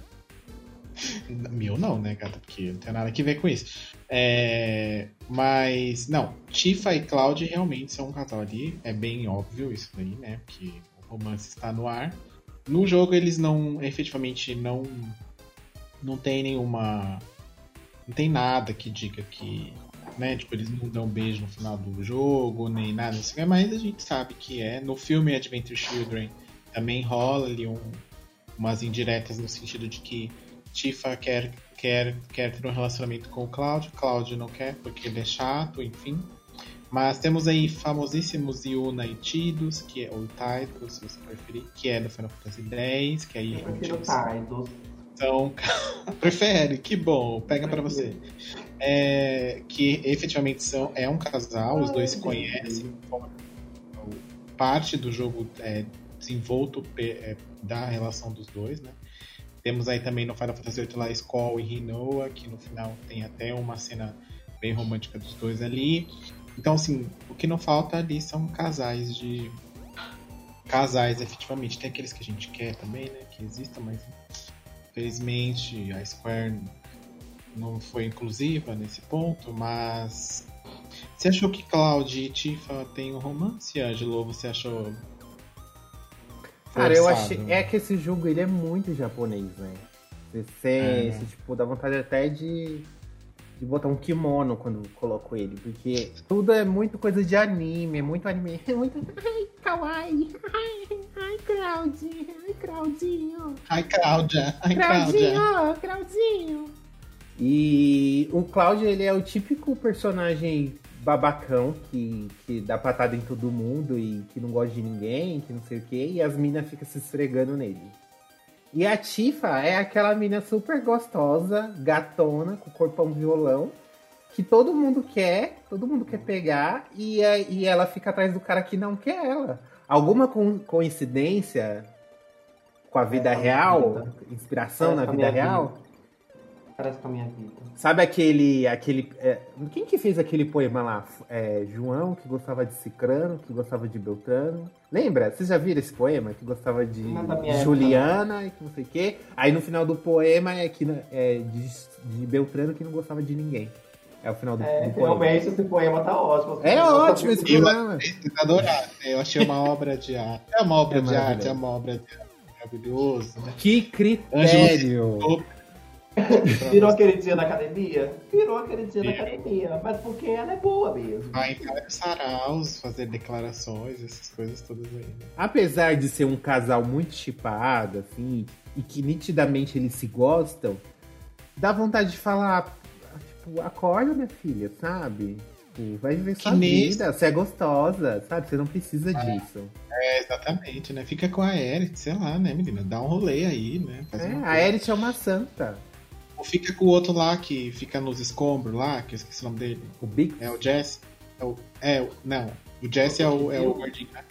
Meu não, né, gata? Porque não tem nada a ver com isso. É, mas, não. Tifa e Cloud realmente são um casal ali. É bem óbvio isso daí, né? Porque o romance está no ar. No jogo eles não, efetivamente, não não tem nenhuma, não tem nada que diga que, né, tipo, eles não dão beijo no final do jogo, nem nada assim, mas a gente sabe que é. No filme Adventure Children também rola ali um, umas indiretas no sentido de que Tifa quer, quer, quer ter um relacionamento com o Cloud, Cloud não quer porque ele é chato, enfim. Mas temos aí famosíssimos Yuna e Tidus, que é o Tidus, se você preferir, que é do Final Fantasy dez, que aí Eu realmente prefiro eles Tidus. são... Prefere, que bom, pega pra você. É, que efetivamente são, é um casal, os dois se conhecem, formam parte do jogo é, desenvolto é, da relação dos dois, né? Temos aí também no Final Fantasy oito lá Skoll e Rinoa, que no final tem até uma cena bem romântica dos dois ali. Então, assim, o que não falta ali são casais de... Casais, efetivamente. Tem aqueles que a gente quer também, né? Que existam, mas infelizmente a Square não foi inclusiva nesse ponto, mas... Você achou que Cloud e Tifa tem um romance, Angelo? Você achou... Cara, eu forçado? achei. É que esse jogo ele é muito japonês, né? Você sente, É. tipo, dá vontade até de, de botar um kimono quando coloco ele. Porque tudo é muito coisa de anime, é muito anime. É muito. Ai, kawaii. Ai, ai, Claudinho. Ai, Claudinho. Ai, Cláudia! Ai, Cláudia! Claudinho, Claudinho. E o Cláudio, ele é o típico personagem babacão que, que dá patada em todo mundo e que não gosta de ninguém, que não sei o quê, e as minas ficam se esfregando nele. E a Tifa é aquela mina super gostosa, gatona, com corpão violão, que todo mundo quer, todo mundo quer pegar, e, é- e ela fica atrás do cara que não quer ela. Alguma co- coincidência com a vida Essa real? vida. Inspiração na Essa vida minha real? vida. Parece com a minha vida. Sabe aquele. aquele é, quem que fez aquele poema lá? É, João, que gostava de Cicrano, que gostava de Beltrano. Lembra? Vocês já viram esse poema? Que gostava de Juliana e que não sei o quê. Aí no final do poema é, que, é de, de Beltrano que não gostava de ninguém. É o final do, é, do poema. Realmente esse poema tá ótimo. É ótimo esse poema. Eu adorado. Eu achei uma obra de arte. É uma obra é de arte, é uma obra de arte. Maravilhoso, né? Que critério! Ângelo... Virou a queridinha da academia? Virou a queridinha da academia. Mas porque ela é boa mesmo. Vai entrar nos saraus, fazer declarações, essas coisas todas aí. Né? Apesar de ser um casal muito chipado, assim, e que nitidamente eles se gostam, dá vontade de falar, tipo, acorda, minha filha, sabe? Tipo, vai viver sua nesse... vida, você é gostosa, sabe? Você não precisa ah, disso. É, exatamente, né? Fica com a Erit, sei lá, né, menina? Dá um rolê aí, né? Faz é, a Erit é uma santa. Ou fica com o outro lá, que fica nos escombros lá, que eu esqueci o nome dele. O Biggs? É o Jesse. É, o, é não, o Jesse é o, é o gordinho, né?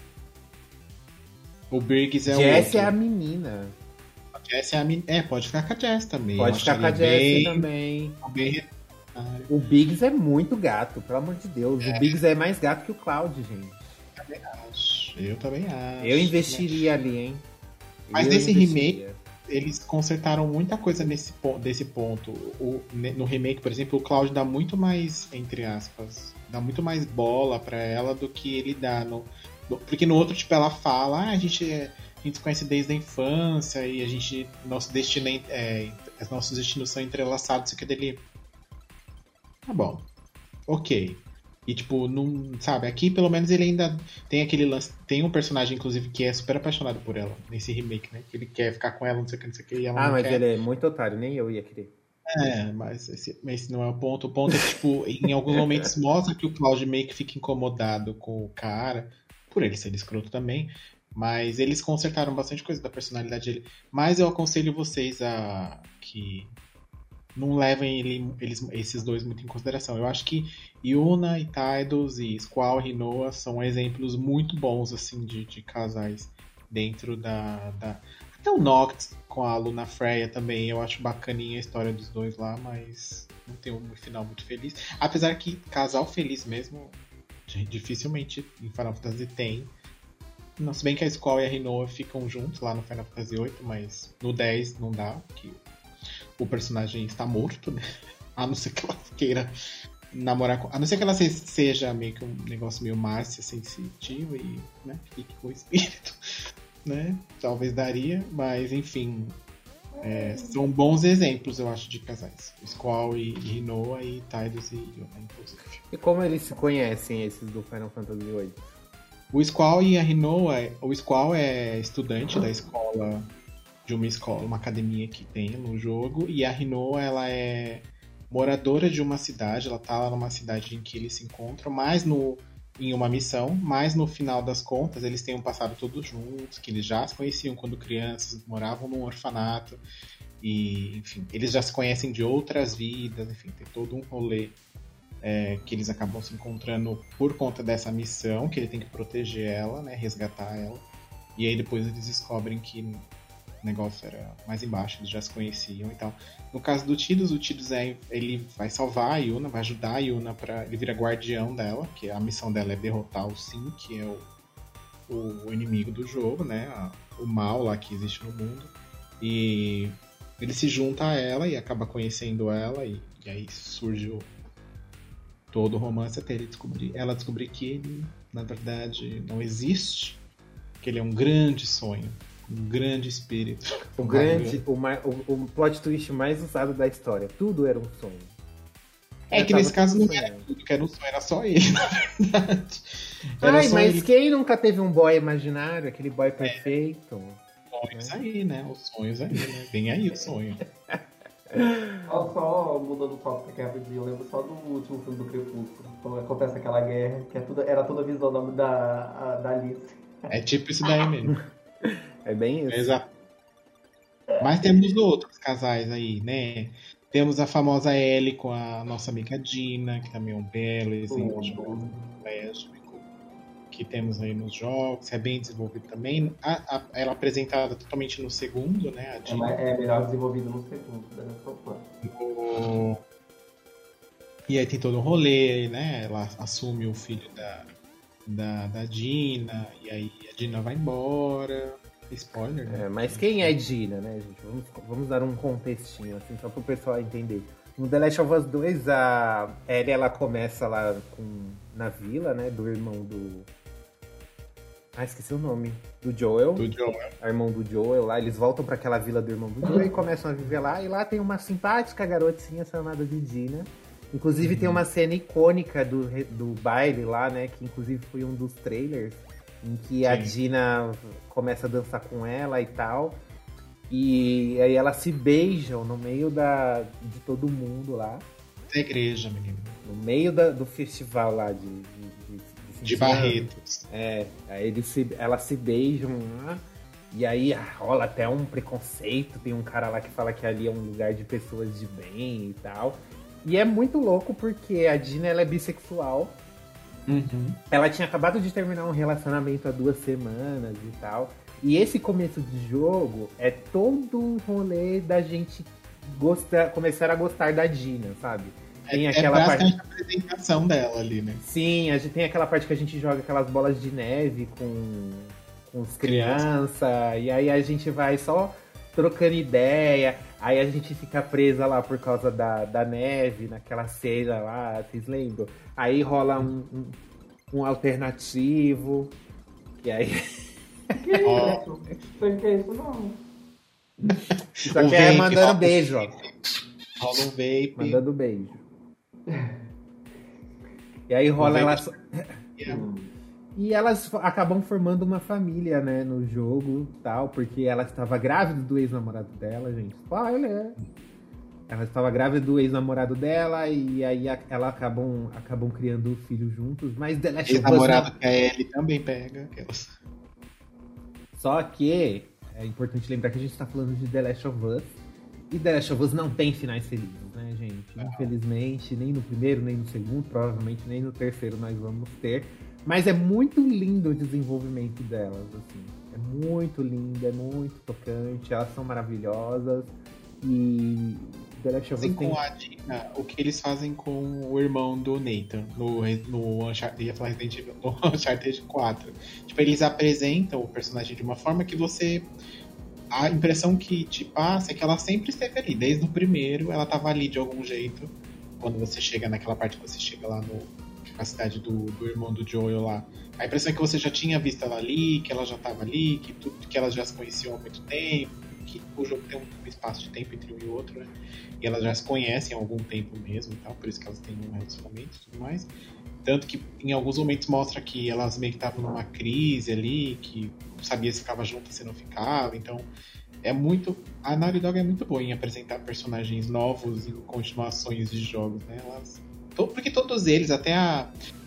O Biggs é Jesse o outro. é a menina. A Jesse é a menina. É, pode ficar com a Jess também. Pode ficar com a Jess também. Bem... O Biggs é muito gato, pelo amor de Deus. É. O Biggs é mais gato que o Cloud, gente. Eu também acho. Eu também acho. Eu investiria né? ali, hein? Mas eu nesse investiria. remake, eles consertaram muita coisa nesse desse ponto. O, no remake, por exemplo, o Cloud dá muito mais, entre aspas, dá muito mais bola pra ela do que ele dá. No, no, porque no outro, tipo, ela fala, ah, a gente, a gente se conhece desde a infância e a gente, nosso destino é, é, os nossos destinos são entrelaçados, isso que dele. Tá bom. Ok. E, tipo, não, sabe, aqui pelo menos ele ainda tem aquele lance. Tem um personagem, inclusive, que é super apaixonado por ela, nesse remake, né? Que ele quer ficar com ela, não sei o que, não sei o que. E ela ah, não mas quer. ele é muito otário, nem eu ia querer. É, mas esse, esse não é o ponto. O ponto é que, tipo, em alguns momentos mostra que o Cloud meio que fica incomodado com o cara, por ele ser escroto também. Mas eles consertaram bastante coisa da personalidade dele. Mas eu aconselho vocês a que não levem ele, eles, esses dois muito em consideração. Eu acho que Yuna e Tidus e Squall e Rinoa são exemplos muito bons assim de, de casais dentro da, da... Até o Noct com a Luna Freya também. Eu acho bacaninha a história dos dois lá, mas não tem um final muito feliz. Apesar que casal feliz mesmo dificilmente em Final Fantasy tem. Não, se bem que a Squall e a Rinoa ficam juntos lá no Final Fantasy oito, mas no dez não dá, porque o personagem está morto, né? A não ser que ela queira namorar com... A não ser que ela seja meio que um negócio meio Márcia sensitiva e, né, fique com o espírito, né? Talvez daria, mas enfim. É, são bons exemplos, eu acho, de casais. Squall e Rinoa e Tidus e Yuna, inclusive. E como eles se conhecem, esses do Final Fantasy oito? O Squall e a Rinoa... O Squall é estudante da escola... de uma escola, uma academia que tem no jogo, e a Rinoa, ela é moradora de uma cidade, ela tá lá numa cidade em que eles se encontram, mas no, em uma missão, mas no final das contas eles têm um passado todos juntos, que eles já se conheciam quando crianças, moravam num orfanato, e enfim, eles já se conhecem de outras vidas, enfim, tem todo um rolê é, que eles acabam se encontrando por conta dessa missão, que ele tem que proteger ela, né, resgatar ela, e aí depois eles descobrem que o negócio era mais embaixo, eles já se conheciam e tal. No caso do Tidus, o Tidus é, ele vai salvar a Yuna, vai ajudar a Yuna para ele vira guardião dela, que a missão dela é derrotar o Sim, que é o, o, o inimigo do jogo, né? A, o mal lá que existe no mundo. E ele se junta a ela e acaba conhecendo ela, e, e aí surge o, todo o romance até ele descobrir, ela descobrir que ele, na verdade, não existe, que ele é um grande sonho. Um grande espírito. O grande, o, o, o plot twist mais usado da história. Tudo era um sonho. É eu que nesse caso não era tudo que era um sonho, era só ele, na verdade. Era Ai, mas ele... quem nunca teve um boy imaginário, aquele boy perfeito? É. Sonhos é. aí, né? Os sonhos aí, né? Vem aí o sonho. Só, só mudando o tópico aqui rapidinho, eu lembro só do último filme do Crepúsculo. Quando acontece aquela guerra, que é tudo, era toda a visão da, da, da Alice. É tipo isso daí mesmo. É bem isso. Exato. Mas temos outros casais aí, né? Temos a famosa Ellie com a nossa amiga Dina, que também é um belo exemplo de lésbico. que temos aí nos jogos, é bem desenvolvido também. A, a, ela é apresentada totalmente no segundo, né? A Dina. É, é melhor desenvolvido no segundo, da Last of Us. O... E aí tem todo um rolê, né? Ela assume o filho da, da, da Dina, e aí a Dina vai embora. Spoiler, né? É, mas quem é Dina, né, gente? Vamos, vamos dar um contextinho, assim, só pro pessoal entender. No The Last of Us dois, a Ellie, ela começa lá com, na vila, né, do irmão do... Ah, esqueci o nome. Do Joel. Do Joel. O irmão do Joel lá. Eles voltam pra aquela vila do irmão do Joel e começam a viver lá. E lá tem uma simpática garotinha chamada de Dina. Inclusive, uhum. tem uma cena icônica do, do baile lá, né? Que inclusive foi um dos trailers. Em que Sim. a Dina começa a dançar com ela e tal. E aí elas se beijam no meio da, de todo mundo lá. Da igreja, menino. No meio da, do festival lá de... de, de De Barretos. É, aí eles se, elas se beijam lá, e aí rola até um preconceito. Tem um cara lá que fala que ali é um lugar de pessoas de bem e tal. E é muito louco porque a Dina, ela é bissexual. Uhum. Ela tinha acabado de terminar um relacionamento há duas semanas e tal. E esse começo de jogo é todo um rolê da gente gostar, começar a gostar da Dina, sabe? Tem é, aquela é parte... a apresentação dela ali, né? Sim, a gente tem aquela parte que a gente joga aquelas bolas de neve com, com os crianças, criança. E aí a gente vai só trocando ideia, aí a gente fica presa lá por causa da, da neve, naquela cena lá, vocês lembram? Aí rola um, um, um alternativo, e aí... Que isso? Foi que isso não. Isso aqui é mandando beijo, ó. Rola um vape. Mandando beijo. E aí rola elas. Yeah. E elas acabam formando uma família, né, no jogo tal, porque ela estava grávida do ex-namorado dela, gente. Spoiler! Ela estava grávida do ex-namorado dela e aí ela acabam, acabam criando o filho juntos, mas The Last of Us. Ex-namorado que a Ellie também pega. Aquelas. Só que é importante lembrar que a gente tá falando de The Last of Us. E The Last of Us não tem finais felizes, né, gente? Infelizmente, nem no primeiro, nem no segundo, provavelmente nem no terceiro nós vamos ter. Mas é muito lindo o desenvolvimento delas, assim. É muito lindo, é muito tocante, elas são maravilhosas. E The Last of Us assim, tem... com a Dina, o que eles fazem com o irmão do Nathan no, no Uncharted, ia falar Resident Evil, no Uncharted quatro. Tipo, eles apresentam o personagem de uma forma que você... A impressão que te passa é que ela sempre esteve ali. Desde o primeiro, ela estava ali de algum jeito. Quando você chega naquela parte que você chega lá no, na cidade do, do irmão do Joel lá. A impressão é que você já tinha visto ela ali, que ela já estava ali, que, tudo, que elas já se conheciam há muito tempo, que o jogo tem um espaço de tempo entre um e outro, né? E elas já se conhecem há algum tempo mesmo e tal, por isso que elas têm um relacionamento e tudo mais. Tanto que em alguns momentos mostra que elas meio que estavam numa crise ali, que sabia se ficava junto se não ficava. Então, é muito... A Naughty Dog é muito boa em apresentar personagens novos em continuações de jogos, né? Elas... Porque todos eles, até a,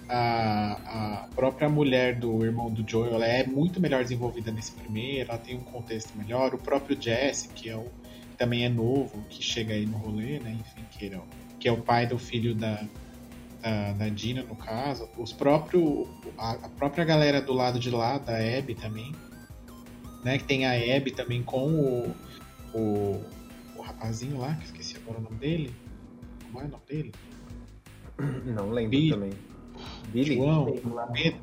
a, a própria mulher do irmão do Joel, ela é muito melhor desenvolvida nesse primeiro, ela tem um contexto melhor. O próprio Jesse, que, é o, que também é novo, que chega aí no rolê, né? Enfim, que é o, que é o pai do filho da... Da, da Dina, no caso, os próprios, a, a própria galera do lado de lá, da Abby também, né, que tem a Abby também com o, o, o rapazinho lá, que esqueci agora o nome dele. Como é o nome dele? Não lembro Billy, também. Billy? João, Pedro,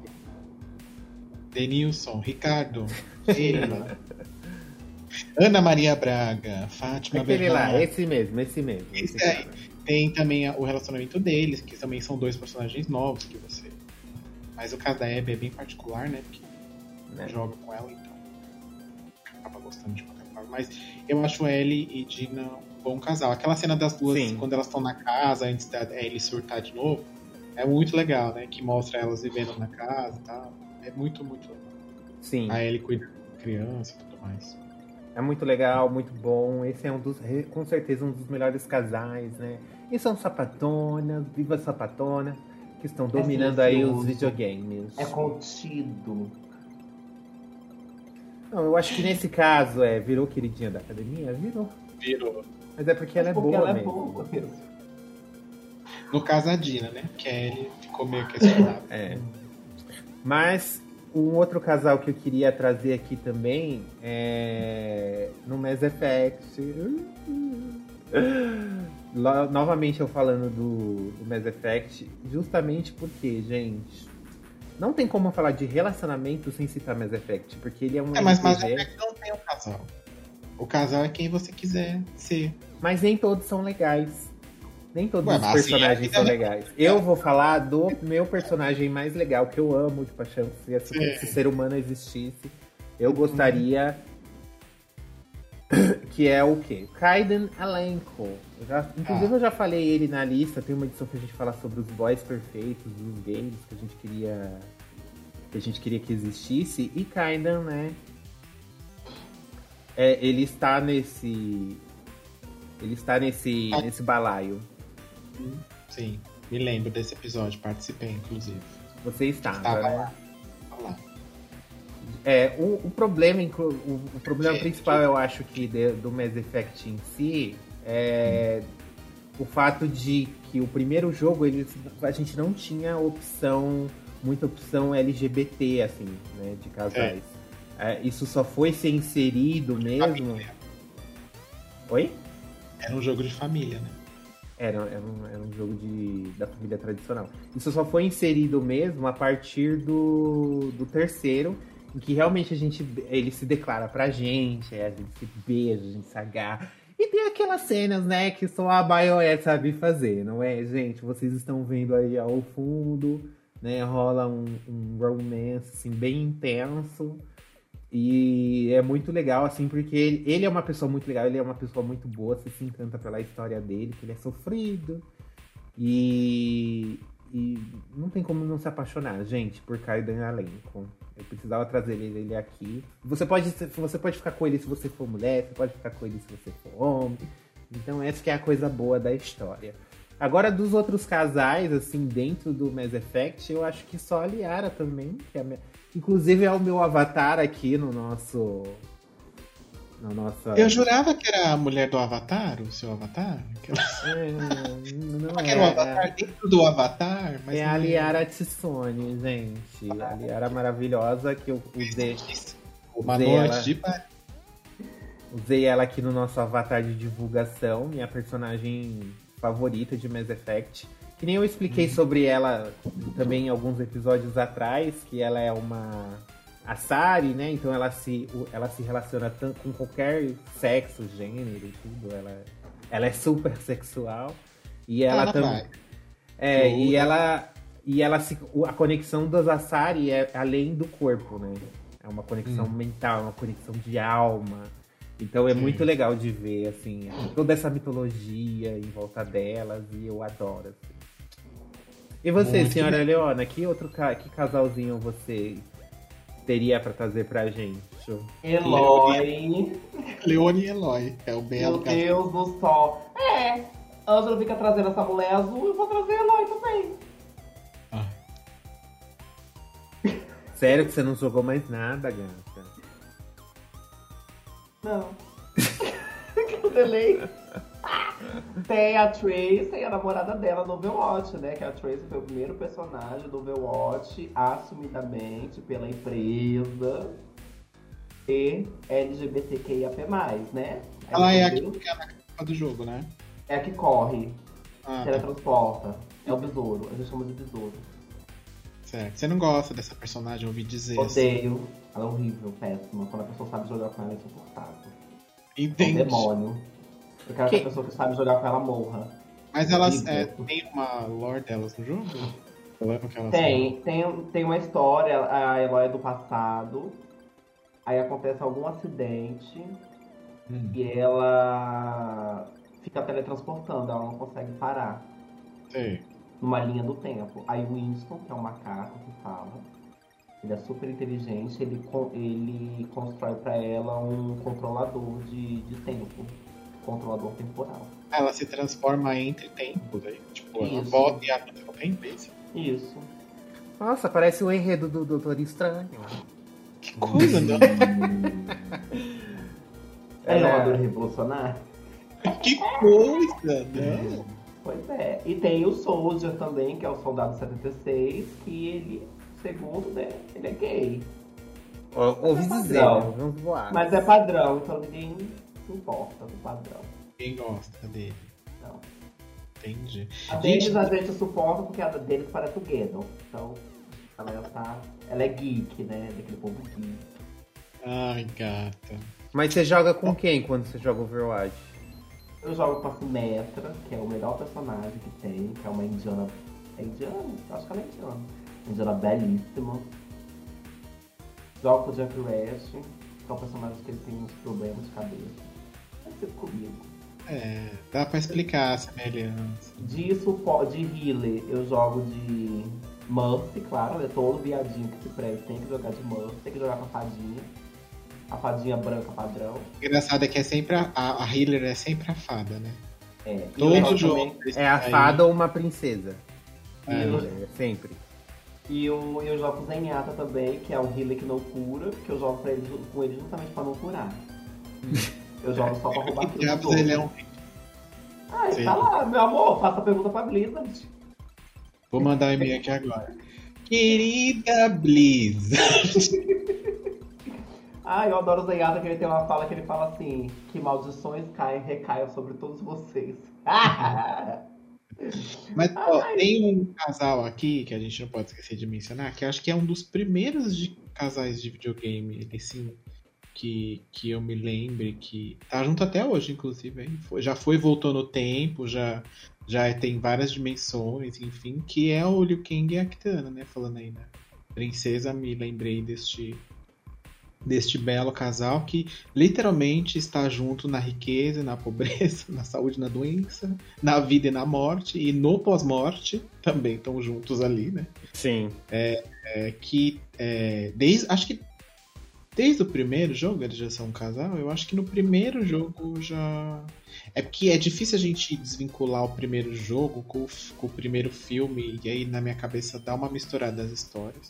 Denilson, Ricardo, Sheila, Ana Maria Braga, Fátima Aquele Bernardo. lá, esse mesmo, esse mesmo. Esse esse aí. Tem também o relacionamento deles, que também são dois personagens novos que você... Mas o caso da Abby é bem particular, né? Porque É. joga com ela, então acaba gostando de qualquer forma. Mas eu acho Ellie e Dina um bom casal. Aquela cena das duas, Sim. quando elas estão na casa, antes da Ellie surtar de novo, é muito legal, né? Que mostra elas vivendo na casa e tal. É muito, muito legal. Sim. A Ellie cuida da criança e tudo mais. É muito legal, muito bom. Esse é um dos, com certeza, um dos melhores casais, né? E são sapatonas, viva sapatona, que estão dominando É aí os silencioso. videogames. É contido. Não, eu acho que nesse caso, é, virou queridinha da academia? Virou. Virou. Mas é porque ela é Porque boa ela é mesmo. boa mesmo. No caso a Dina, né? Que a Ellie ficou meio questionável. É. Mas um outro casal que eu queria trazer aqui também é no Mass Effect. Novamente eu falando do, do Mass Effect, justamente porque, gente, não tem como falar de relacionamento sem citar Mass Effect, porque ele é um É, mas R P G, Mass Effect não tem um casal. O casal é quem você quiser ser. mas nem todos são legais. Nem todos Ué, os mas assim, personagens é- são legais. Eu vou falar do meu personagem mais legal, que eu amo de paixão. Se esse, Sim. esse ser humano existisse, eu gostaria... que é o quê? Kaiden Alenko. Eu já- inclusive Ah. eu já falei ele na lista. Tem uma edição que a gente fala sobre os boys perfeitos, os gays que a gente queria... Que a gente queria que existisse. E Kaiden, né? É, ele está nesse... Ele está nesse, Ah. nesse balaio. Sim, me lembro desse episódio, participei, inclusive. Você estava, Estava né? lá. Olha lá. É, o, o problema, inclu- o, o problema Gente. principal, eu acho que de- do Mass Effect em si é o fato de que o primeiro jogo eles, a gente não tinha opção, muita opção L G B T, assim, né, de casais. É, isso só foi ser inserido mesmo. Família. Oi? Era um jogo de família, né? Era, era, um, era um jogo de, da família tradicional. Isso só foi inserido mesmo a partir do, do terceiro, em que realmente a gente, ele se declara pra gente, aí a gente se beija, a gente se agarra. E tem aquelas cenas, né, que só a BioWare sabe fazer, não é, gente? Vocês estão vendo aí ao fundo, né, rola um, um romance, assim, bem intenso. E é muito legal, assim, porque ele, ele é uma pessoa muito legal, ele é uma pessoa muito boa, você se encanta pela história dele, que ele é sofrido. E, e não tem como não se apaixonar, gente, por Kaiden Alenko. Eu precisava trazer ele, ele aqui. Você pode, você pode ficar com ele se você for mulher, você pode ficar com ele se você for homem. Então essa que é a coisa boa da história. Agora, dos outros casais, assim, dentro do Mass Effect, eu acho que só a Liara também, que é a minha... Inclusive é o meu avatar aqui no nosso... Na nossa... Eu jurava que era a mulher do Avatar, o seu Avatar. Aquela... É, não que era o é, Avatar dentro do Avatar, mas é não a Liara Tissone, gente. A Liara maravilhosa que eu usei, Uma usei noite ela. de Paris. usei ela aqui no nosso avatar de divulgação, minha personagem favorita de Mass Effect. Que nem eu expliquei sobre ela também em alguns episódios atrás, que ela é uma Asari, né? Então ela se, ela se relaciona tanto com qualquer sexo, gênero e tudo. Ela, ela é super sexual. E ela Ela também. vai. É, Tudo. e ela. E ela se, a conexão das Asari é além do corpo, né? É uma conexão Hum. mental, é uma conexão de alma. Então é Sim. muito legal de ver, assim, toda essa mitologia em volta delas, e eu adoro. Assim. E você, Muito senhora bem. Leona, que outro ca- que casalzinho você teria pra trazer pra gente? Eloy. Leone e Eloy. É o Meu belo casal. Deus do céu. É, Ângelo fica trazendo essa mulher azul, eu vou trazer Eloy também. Ah, Sério que você não jogou mais nada, gata? Não. Que delay. Tem a Trace e a namorada dela no Overwatch, né? Que a Trace foi o primeiro personagem do Overwatch assumidamente pela empresa e L G B T Q I A P mais, né? Aí ela é a entendeu? que fica na capa do jogo, né? É a que corre, Ah, tá. teletransporta. É o besouro, a gente chama de besouro. Certo. Você não gosta dessa personagem, eu ouvi dizer assim. Odeio. Ela é horrível, péssima. Quando a pessoa sabe jogar com ela, é insuportável. É um Entendi. demônio. Eu quero Que- que a pessoa que sabe jogar com ela morra. Mas elas Horrível. é, tem uma lore delas no jogo? Falando que elas Tem, tem, tem uma história, a Eloy é do passado. Aí acontece algum acidente são- Hum, e ela fica teletransportando, ela não consegue parar sei. numa linha do tempo. Aí o Winston, que é um macaco que fala, ele é super inteligente, ele, con- ele constrói pra ela um controlador de, de tempo, controlador temporal. Ela se transforma entre tempos aí. Tipo, ela Isso. volta e abre o tempo, é isso? Isso. Nossa, parece o enredo do Doutor Estranho. Que coisa, não? É Ela- inovador e revolucionário? Que coisa, não? Pois é. E tem o Soldier também, que é o Soldado setenta e seis, que ele segundo, né, ele é gay. Ó, ouvi dizer, né? Vamos voar. Mas é padrão, então ninguém se importa do padrão. Quem gosta dele? Não. Entendi. A deles a gente suporta porque a deles parece o Gandalf. Então, ela tá. Ela é geek, né? Daquele povo geek. Ai, gata. Mas você joga com quem quando você joga Overwatch? Eu jogo com a Symmetra, que é o melhor personagem que tem, que é uma indiana. É indiana? Acho que ela é indiana. Indiana belíssima. Jogo com o Jeff Rash, que é um personagem que ele tem uns problemas de cabeça. Vai ser comigo. É, dá pra explicar a semelhança. De suporte, de healer, eu jogo de Mercy, claro, é todo viadinho que se presta, tem que jogar de Mercy, tem que jogar com a fadinha. A fadinha branca padrão. O engraçado é que é sempre a, a, a healer é sempre a fada, né? É. Todo jogo. É a fada ou uma princesa. É. É, sempre. E eu, eu jogo com o Zenyatta também, que é um healer que não cura, que eu jogo pra ele, com ele justamente pra não curar. Eu jogo só pra roubar Que tudo. diabos ele é um... Ah, Sim. tá lá, meu amor, faça a pergunta pra Blizzard. Vou mandar um e-mail aqui agora. Querida Blizzard. Ah, eu adoro o Zenyatta, que ele tem uma fala que ele fala assim, que maldições caem, recaiam sobre todos vocês. Mas ó, tem um casal aqui que a gente não pode esquecer de mencionar, que eu acho que é um dos primeiros de casais de videogame, assim, que, que eu me lembre, que tá junto até hoje, inclusive, hein? Foi- já foi, voltou no tempo, já, já tem várias dimensões, enfim, que é o Liu Kang e a Kitana, né? Falando aí, né? Princesa, me lembrei deste, deste belo casal que literalmente está junto na riqueza, na pobreza, na saúde, na doença, na vida e na morte, e no pós-morte também estão juntos ali, né? Sim. É que é, desde, acho que desde o primeiro jogo eles já são um casal. Eu acho que no primeiro jogo já é porque é difícil a gente desvincular o primeiro jogo com, o f- com o primeiro filme, e aí na minha cabeça dá uma misturada das histórias.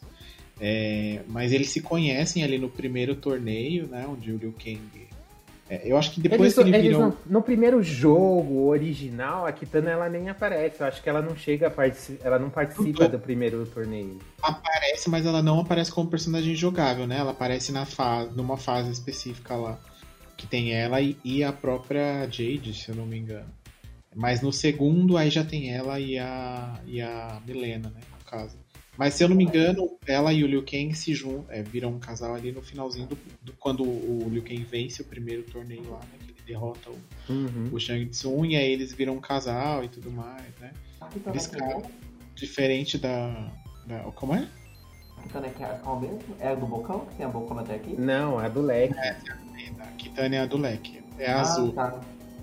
É, mas eles se conhecem ali no primeiro torneio, né, onde o Liu Kang é, eu acho que depois Eles, que ele eles virou não- no primeiro jogo original, a Kitana ela nem aparece. Eu acho que ela não chega a participar. Ela não participa do primeiro torneio. aparece, mas ela não aparece como personagem jogável, né? Ela aparece na fase, numa fase específica lá, que tem ela e, e a própria Jade, se eu não me engano. Mas no segundo aí já tem ela e a, e a Milena, né? No caso. Mas se eu não me engano, ela e o Liu Kang se juntam, é, viram um casal ali no finalzinho do, do- quando o Liu Kang vence o primeiro torneio lá, né? Que ele derrota o, Uhum. o Shang Tsung, e aí eles viram um casal e tudo mais, né? A Kitana Eles é quem? Diferente da, da. Como é? A Kitana é que é qual mesmo? É a do Bocão, que tem a bocona até aqui? Não, a do leque. A Kitana é a do leque. É a Ah, azul. tá.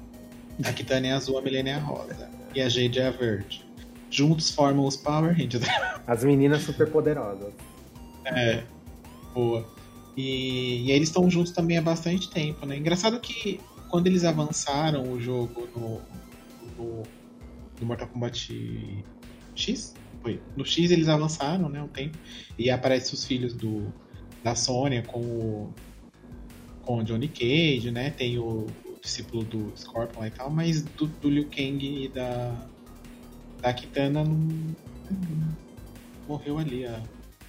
A Kitana é a azul, a Milena é a rosa. E a Jade é a verde. Juntos formam os Power Rangers. As meninas super poderosas. É, boa. E, e aí eles estão juntos também há bastante tempo, né? Engraçado que quando eles avançaram o jogo no, no, no Mortal Kombat X, foi. No X eles avançaram, né, um tempo. E aparecem os filhos do, da Sonya com o, com o Johnny Cage, né? Tem o, o discípulo do Scorpion lá e tal, mas do, do Liu Kang e da, da Kitana não, não- morreu ali a,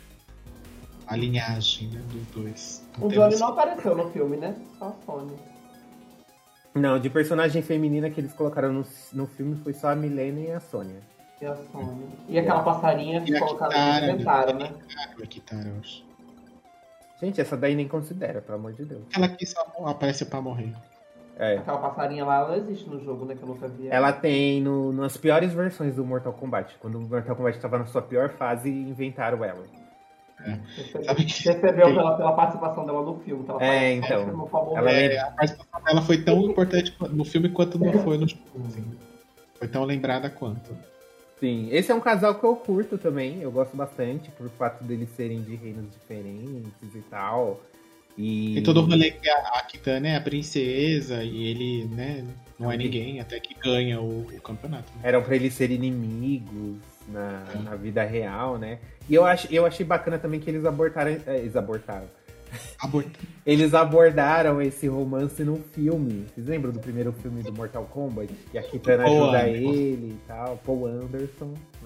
a linhagem, né, dos dois. Não O temos- Johnny não apareceu no filme, né? Só a Sony. Não, de personagem feminina que eles colocaram no, no filme foi só a Milena e a Sônia. E a Sony. E aquela passarinha que E a colocaram Kitara, no inventaram, né? A Kitara, eu acho. Gente, essa daí nem considera, pelo amor de Deus. Ela aqui só aparece pra morrer. É. Aquela passarinha lá, ela não existe no jogo, né? Que eu nunca vi. Ela tem no, nas piores versões do Mortal Kombat. Quando o Mortal Kombat estava na sua pior fase, inventaram ela. Recebeu, Sabe que- recebeu pela, pela participação dela no filme. Que ela É, aparece, então. no favor Ela dela. lembra- É, a participação dela foi tão importante no filme quanto não foi no jogo. Assim. Foi tão lembrada quanto. Sim, esse é um casal que eu curto também. Eu gosto bastante, por fato deles serem de reinos diferentes e tal. E Tem todo o rolê que a, a Kitana é a princesa e ele, né, não é ninguém, até que ganha o, o campeonato. Né? eram pra eles serem inimigos na, na vida real, né? E eu, ach, eu achei bacana também que eles abortaram. é, Eles abortaram. Aborto. Eles abordaram esse romance no filme. Vocês lembram do primeiro filme do Mortal Kombat? Que a Kitana Paul ajuda Anderson. ele e tal. Paul Anderson, né?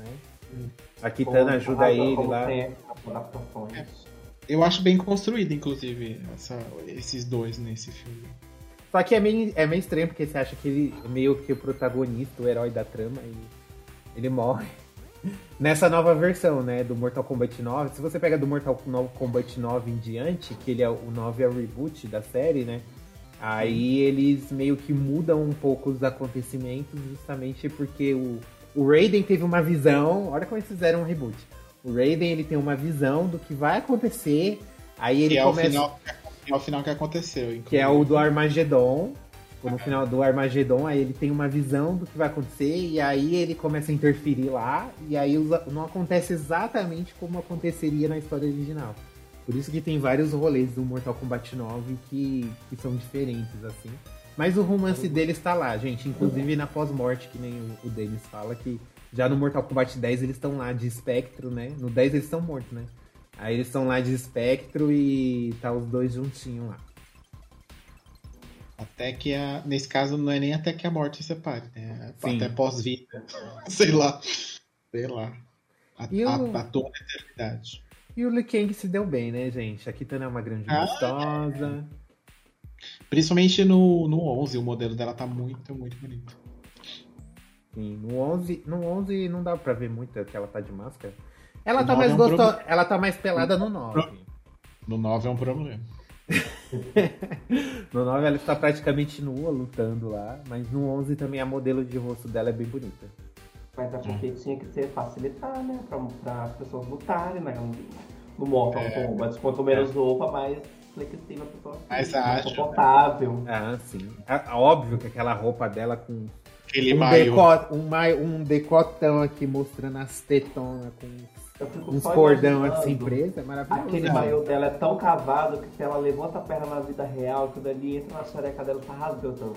A Kitana ajuda ele como lá. sempre, as adaptações. Eu acho bem construído, inclusive, essa, esses dois nesse filme. Só que é meio, é meio estranho, porque você acha que ele é meio que o protagonista, o herói da trama, e ele morre. Nessa nova versão, né, do Mortal Kombat nove, se você pega do Mortal Kombat nove em diante, que ele é o nove é o reboot da série, né, aí eles meio que mudam um pouco os acontecimentos, justamente porque o, o Raiden teve uma visão, olha como eles fizeram um reboot. O Raiden, ele tem uma visão do que vai acontecer, aí ele que começa... É o final, que é o final que aconteceu, inclusive. Que é o do Armagedon. No final do Armagedon, aí ele tem uma visão do que vai acontecer, e aí ele começa a interferir lá, e aí não acontece exatamente como aconteceria na história original. Por isso que tem vários rolês do Mortal Kombat nove que, que são diferentes, assim. Mas o romance dele está lá, gente. Inclusive na pós-morte, que nem o, o Denis fala, que já no Mortal Kombat dez eles estão lá de espectro, né? No dez eles estão mortos, né? Aí eles estão lá de espectro e tá os dois juntinhos lá. Até que, a, nesse caso, não é nem até que a morte separe, né? Sim. Até pós-vida. Sei lá. Sei lá. A, E o- a, a toda a eternidade. E o Liu Kang se deu bem, né, gente? A Kitana é uma grande Ah, gostosa. Principalmente no, no onze, o modelo dela tá muito, muito bonito. Sim, no onze, no onze não dá pra ver muito que ela tá de máscara. Ela O tá nove mais é um gostosa, problema. ela tá mais pelada no nove. No nove é um problema. No nove ela está praticamente nua, lutando lá, mas no onze também a modelo de rosto dela é bem bonita. Mas é porque tinha que ser facilitar, né? Pra, pra as pessoas lutarem, né? No Mortal É. Kombat. Quanto menos roupa, mais flexível a pessoa fica, Mais mais ágil. confortável. Ah, sim. É, é óbvio que aquela roupa dela com Aquele um, maio. decote, um, mai- um decotão aqui mostrando as tetonas com Eu fico uns só cordão imaginando, assim preso, é maravilhoso. Aquele né? maiô dela é tão cavado que se ela levanta a perna na vida real, aquilo ali entra na xereca dela e tá rasgando. Então,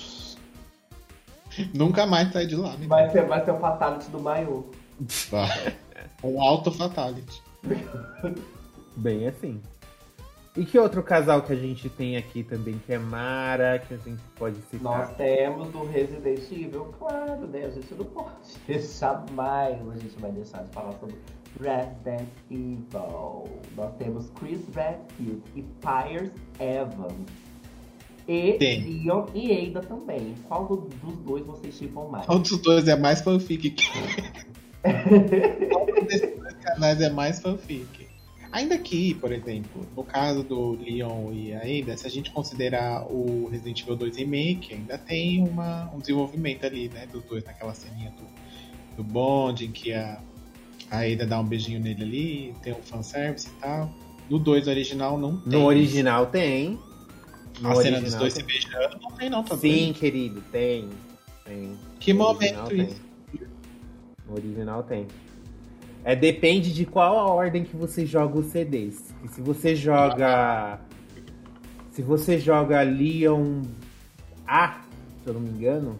Nunca mais sai de lá, né? vai, ser, vai ser o fatality do maiô. Um auto fatality. Bem assim. E que outro casal que a gente tem aqui também, que é Mara, que a gente pode citar? Nós temos do Resident Evil, claro, né? A gente não pode deixar mais, a gente vai deixar de falar sobre Resident Evil. Nós temos Chris Redfield e Piers Evans. E Tem. Leon e Ada também. Qual do- dos dois vocês chipam mais? Qual dos dois é mais fanfic? que- Qual desses dois canais é mais fanfic? Ainda que, por exemplo, no caso do Leon e a Ada, se a gente considerar o Resident Evil dois Remake, ainda tem uma, um desenvolvimento ali, né, dos dois naquela ceninha do, do bonde, em que a, a Ada dá um beijinho nele ali, tem um fanservice e tal. No dois original não tem. No original tem. No A cena original dos dois tem. se beijando não tem não, tá Sim, doido? querido, tem. Tem. Que No momento original isso? tem. No original tem. É, depende de qual a ordem que você joga os C Ds. E se você joga. Se você joga Leon A, se eu não me engano.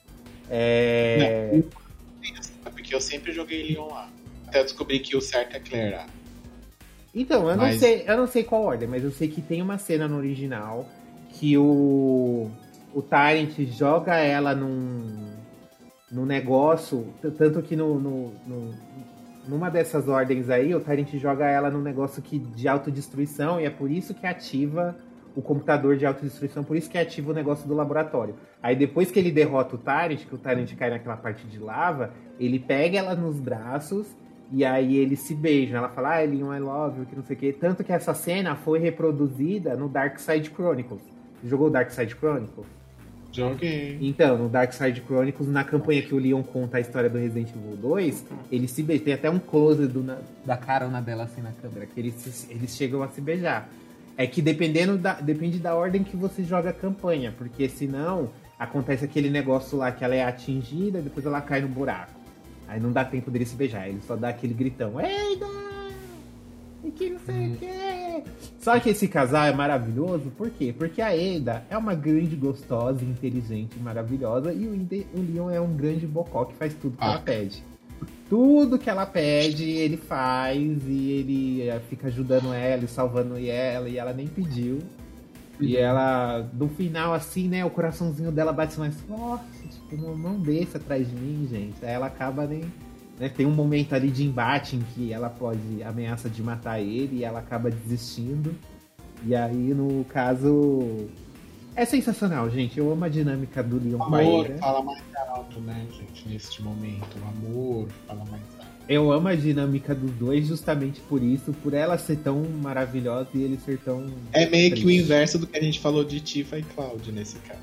É. Não, porque eu sempre joguei Leon lá. Até eu descobri que o certo é Claire A. Então, eu Mas- não sei, eu não sei qual ordem, mas eu sei que tem uma cena no original que o o Tyrant joga ela num num negócio, t- tanto que no, no, no- numa dessas ordens aí, o Tyrant joga ela num negócio que, de autodestruição, e é por isso que ativa o computador de autodestruição, por isso que ativa o negócio do laboratório. Aí depois que ele derrota o Tyrant, que o Tyrant cai naquela parte de lava, ele pega ela nos braços e aí eles se beijam. Ela fala, ah, Leon, I love you, que não sei o quê. Tanto que essa cena foi reproduzida no Dark Side Chronicles. Você jogou Dark Side Chronicles? Joguei. Então, no Dark Side Chronicles, na campanha que o Leon conta a história do Resident Evil dois, eles se beijam. Tem até um close do, na- da carona dela assim na câmera, que eles, se- eles chegam a se beijar. É que dependendo da, depende da ordem que você joga a campanha, porque senão acontece aquele negócio lá que ela é atingida e depois ela cai no buraco. Aí não dá tempo dele se beijar, ele só dá aquele gritão, Eida! E que não sei o quê! Só que esse casal é maravilhoso, por quê? Porque a Ada é uma grande gostosa, inteligente, maravilhosa, e o, Ide- o Leon é um grande bocó que faz tudo que Ah. ela pede. Tudo que ela pede, ele faz, e ele eh, fica ajudando ela e salvando ela, e ela nem pediu. E ela, no final, assim, né, o coraçãozinho dela bate mais forte, tipo, não, não desça atrás de mim, gente. Aí ela acaba nem, né, tem um momento ali de embate em que ela pode ameaça de matar ele e ela acaba desistindo. E aí, no caso, é sensacional, gente. Eu amo a dinâmica do Leon O amor Paeira. fala mais alto, né, gente, neste momento. O amor fala mais alto. Eu amo a dinâmica dos dois justamente por isso, por ela ser tão maravilhosa e ele ser tão... É meio que o triste. inverso do que a gente falou de Tifa e Cloud nesse caso.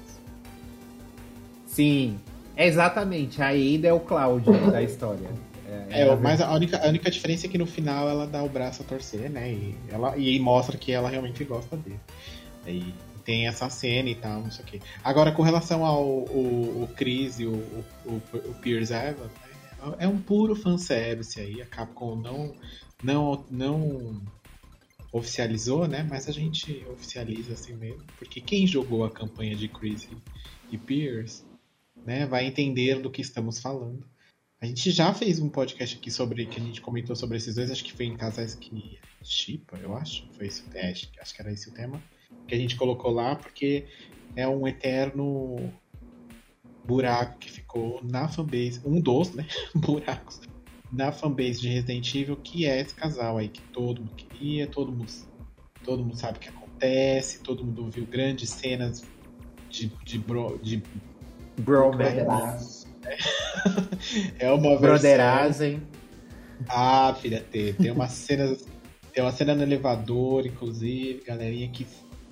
Sim, é exatamente. A Ada é o Cloud da história. É, ela- mas a única, a única diferença é que no final ela dá o braço a torcer, né? E, ela, e mostra que ela realmente gosta dele. E tem essa cena e tal, não sei o quê. Agora, com relação ao o, o Chris e o, o, o Piers Evans, né, é um puro fanservice aí. A Capcom não, não, não oficializou, né? Mas a gente oficializa assim mesmo. Porque quem jogou a campanha de Chris e, e Piers, né, vai entender do que estamos falando. A gente já fez um podcast aqui sobre que a gente comentou sobre esses dois, acho que foi em Casais que Chipa, eu acho. Foi esse, é, acho, acho que era esse o tema que a gente colocou lá, porque é um eterno buraco que ficou na fanbase, um dos, né, buracos na fanbase de Resident Evil, que é esse casal aí que todo mundo queria, todo mundo, todo mundo sabe o que acontece, todo mundo viu grandes cenas de, de, bro, de Bromance. é uma versão. Broderagem. Ah, filha, tem, tem uma cena. Tem uma cena no elevador, inclusive, galerinha que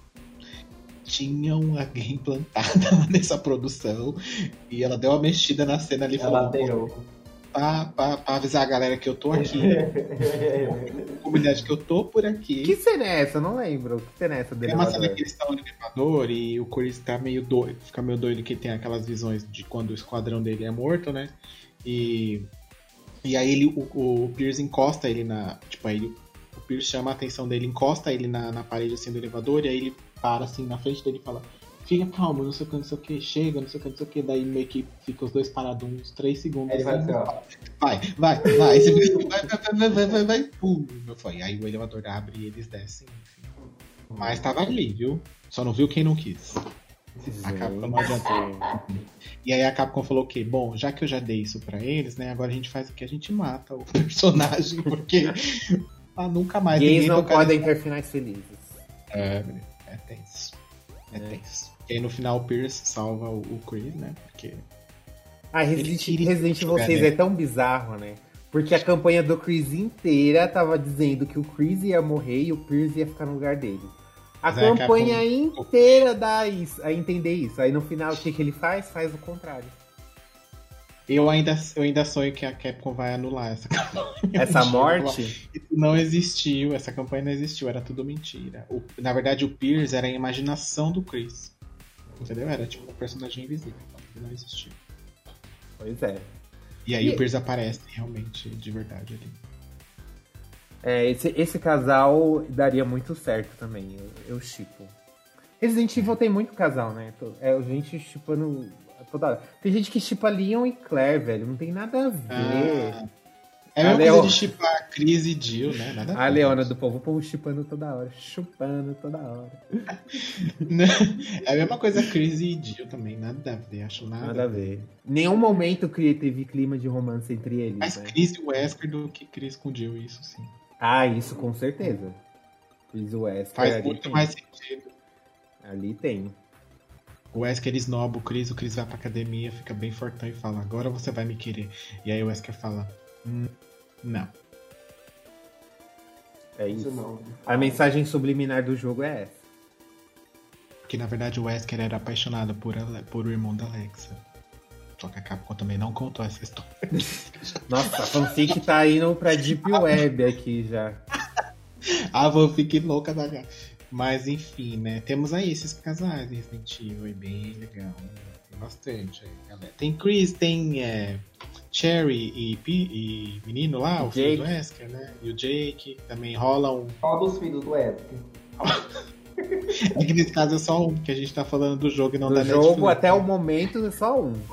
tinha uma game plantada nessa produção. E ela deu uma mexida na cena ali, Ela falou deu. pra, pra, pra avisar a galera que eu tô aqui. Comunidade que eu tô por aqui. Que cena é essa? Eu não lembro. Que cena é essa dele? É uma cena que eles estão no elevador e o Chris tá meio doido, fica meio doido que tem aquelas visões de quando o esquadrão dele é morto, né? E, e aí ele, o, o Pierce encosta ele na. Tipo, aí ele, o Pierce chama a atenção dele, encosta ele na, na parede assim do elevador, e aí ele para assim na frente dele e fala: fica calmo, não sei o que, não sei o que, chega, não sei o que, não sei o que. Daí meio que fica os dois parados uns três segundos. Aí ele vai assim, assim, ó. Vai, vai, vai, esse vai, vai, vai, vai, vai, vai, pum. Foi. Aí o elevador abre e eles descem. Enfim. Mas tava ali, viu? Só não viu quem não quis. A Capcom não adiantou. E aí a Capcom falou o quê? Bom, já que eu já dei isso pra eles, né? Agora a gente faz o que? A gente mata o personagem, porque ah, nunca mais. Gays ninguém não tocar podem nesse- ter finais felizes. É, é tenso. É, É. tenso. E aí no final o Pierce salva o, o Chris, né? Porque. Ah, Resident, queria Resident Evil jogar, seis né? é tão bizarro, né? Porque a campanha do Chris inteira tava dizendo que o Chris ia morrer e o Pierce ia ficar no lugar dele. A Mas aí a campanha Capcom- inteira dá isso, a entender isso. Aí no final, o que, que ele faz? Faz o contrário. Eu ainda, eu ainda sonho que a Capcom vai anular essa campanha. Essa Um dia, morte, Isso não existiu, essa campanha não existiu, era tudo mentira. O- na verdade, o Pierce era a imaginação do Chris. Entendeu? Era tipo um personagem invisível. Não existiu. pois é. E aí E- o Pierce aparece realmente, de verdade ali. É, esse, esse casal daria muito certo também, eu, eu shippo. Resident Evil tem muito casal, né? Tô- É, a gente shippando toda hora. Tem gente que shippa Leon e Claire, velho. Não tem nada a ver. Ah, é a mesma A coisa Leo- de chipar Chris e Jill, né? Nada A ver. Leona do povo, o povo shippando toda hora, chupando toda hora. É a mesma coisa Chris e Jill também, nada a ver, acho nada, Nada a ver. Nenhum momento cri- teve clima de romance entre eles, Mais né? Chris e Wesker do que Chris com Jill, isso sim. Ah, isso com certeza. Chris Wesker Faz ali muito tem. mais sentido. Ali tem. O Wesker esnoba o Chris, o Chris vai pra academia, fica bem fortão e fala, agora você vai me querer. E aí o Wesker fala, hum, não. É Isso isso. não. A mensagem subliminar do jogo é essa. Porque na verdade o Wesker era apaixonado por, Ale- por o irmão da Alexa. Só que a Capcom também não contou essa história. Nossa, a fanfic tá indo pra Deep Web aqui já. A fanfic louca da Gabi. Mas enfim, né? Temos aí esses casais de Resident Evil aí, bem legal. Né? Tem bastante aí, galera. Tem Chris, tem é, Cherry e, Pi- e menino lá, o Jake. filho do Wesker, né? E o Jake. Também rola um. Qual dos filhos do Epic? É que nesse caso é só um, que a gente tá falando do jogo e não Do da jogo, Netflix, até né? o momento, é só um.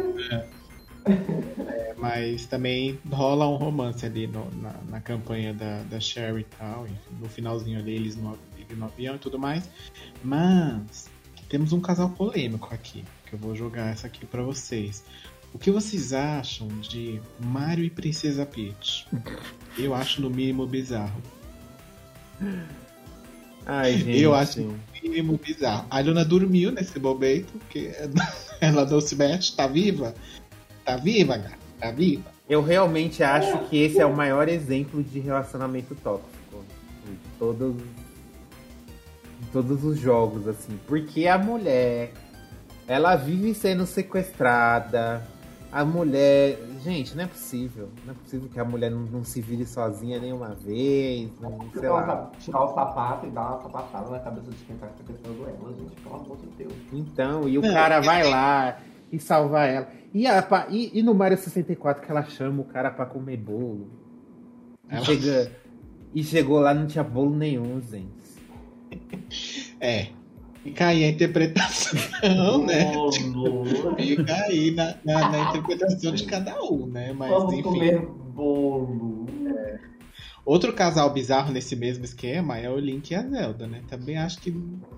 Mas também rola um romance ali no- na, na campanha da, da Sherry e tal. Enfim, no finalzinho ali, eles no, eles no avião e tudo mais. Mas temos um casal polêmico aqui, que eu vou jogar essa aqui pra vocês. O que vocês acham de Mario e Princesa Peach? Eu acho no mínimo bizarro. Ai, gente. Eu acho no mínimo bizarro. A Luna dormiu nesse momento, porque ela não se mexe. Tá viva? Tá viva, gata? Tá viva? Eu realmente acho que esse é o maior exemplo de relacionamento tóxico de todos, de todos os jogos, assim. Porque a mulher, ela vive sendo sequestrada. A mulher... Gente, não é possível. Não é possível que a mulher não, não se vire sozinha nenhuma vez. Não, sei lá. Tirar o sapato e dar uma sapatada na cabeça de quem tá sequestrando ela, gente. Pelo amor de Deus. Então, e o cara vai lá e salva ela. E, a, e, e no Mario sessenta e quatro que ela chama o cara pra comer bolo. E, ela... chega, e chegou lá, não tinha bolo nenhum, gente. É. Fica aí a interpretação, né? Fica aí na, na, na interpretação de cada um, né? Mas, Vamos enfim. comer bolo. É. Outro casal bizarro nesse mesmo esquema é o Link e a Zelda, né? Também acho que...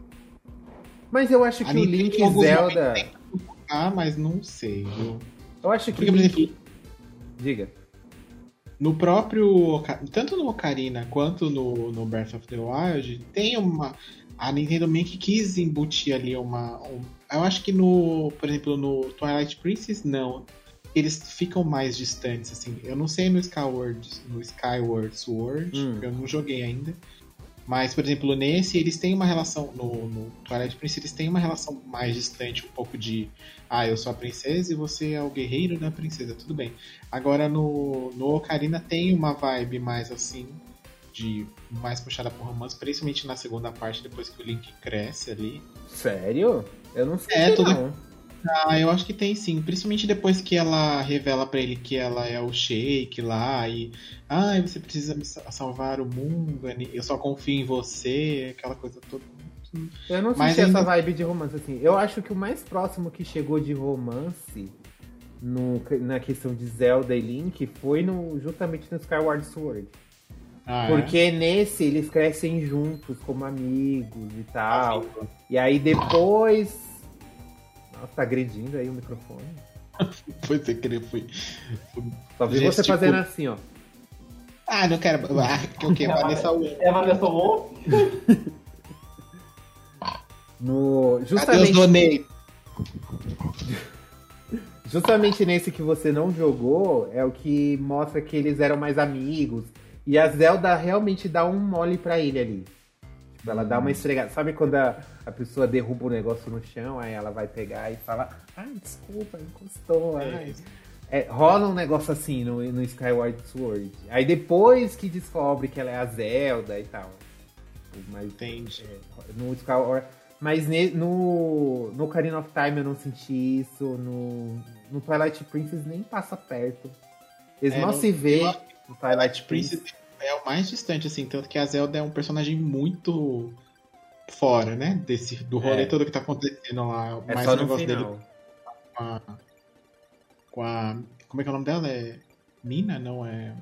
Mas eu acho que o Link e Zelda... Ah, mas não sei, viu? Eu acho que... Porque, por exemplo, diga. No próprio... Tanto no Ocarina quanto no, no Breath of the Wild, tem uma... A Nintendo meio que quis embutir ali uma... Um, eu acho que no... Por exemplo, no Twilight Princess, não. Eles ficam mais distantes, assim. Eu não sei no Skyward, no Skyward Sword, hum. eu não joguei ainda. Mas, por exemplo, nesse, eles têm uma relação... No, no Twilight Princess, eles têm uma relação mais distante, um pouco de... Ah, eu sou a princesa e você é o guerreiro da princesa, tudo bem. Agora, no, no Ocarina tem uma vibe mais, assim... de mais puxada por romance, principalmente na segunda parte, depois que o Link cresce ali. Sério? Eu não sei. É, toda... não. Ah, eu acho que tem sim. Principalmente depois que ela revela pra ele que ela é o Sheik lá e... Ah, você precisa me salvar o mundo, eu só confio em você, aquela coisa toda. Eu não senti ainda... essa vibe de romance, assim. Eu acho que o mais próximo que chegou de romance no, na questão de Zelda e Link foi no, justamente no Skyward Sword. Ah, Porque é? nesse eles crescem juntos como amigos e tal. Ah, e aí depois... Nossa, tá agredindo aí o microfone. Foi sem querer, fui. Só vi você fazendo assim, ó. Ah, não quero. Ah, que o que? Vanessa Wong. É Vanessa Wong? No... Justamente... donei. Justamente nesse que você não jogou, é o que mostra que eles eram mais amigos. E a Zelda realmente dá um mole pra ele ali. Tipo, ela dá uma esfregada. Sabe quando a, a pessoa derruba o negócio no chão, aí ela vai pegar e fala, ai, desculpa, encostou. Ai. É, rola um negócio assim no, no Skyward Sword. Aí depois que descobre que ela é a Zelda e tal. Mas, Entendi. É, no Skyward... Mas ne, no, no Ocarina of Time eu não senti isso. No, no Twilight Princess nem passa perto. Eles é, mal não, se vê. O Twilight Princess é o mais distante, assim, tanto que a Zelda é um personagem muito fora, né? Desse, do rolê é. todo que tá acontecendo lá. É mais só o no negócio final. dele com a, com a. Como é que é o nome dela? É. Mina? Não, é.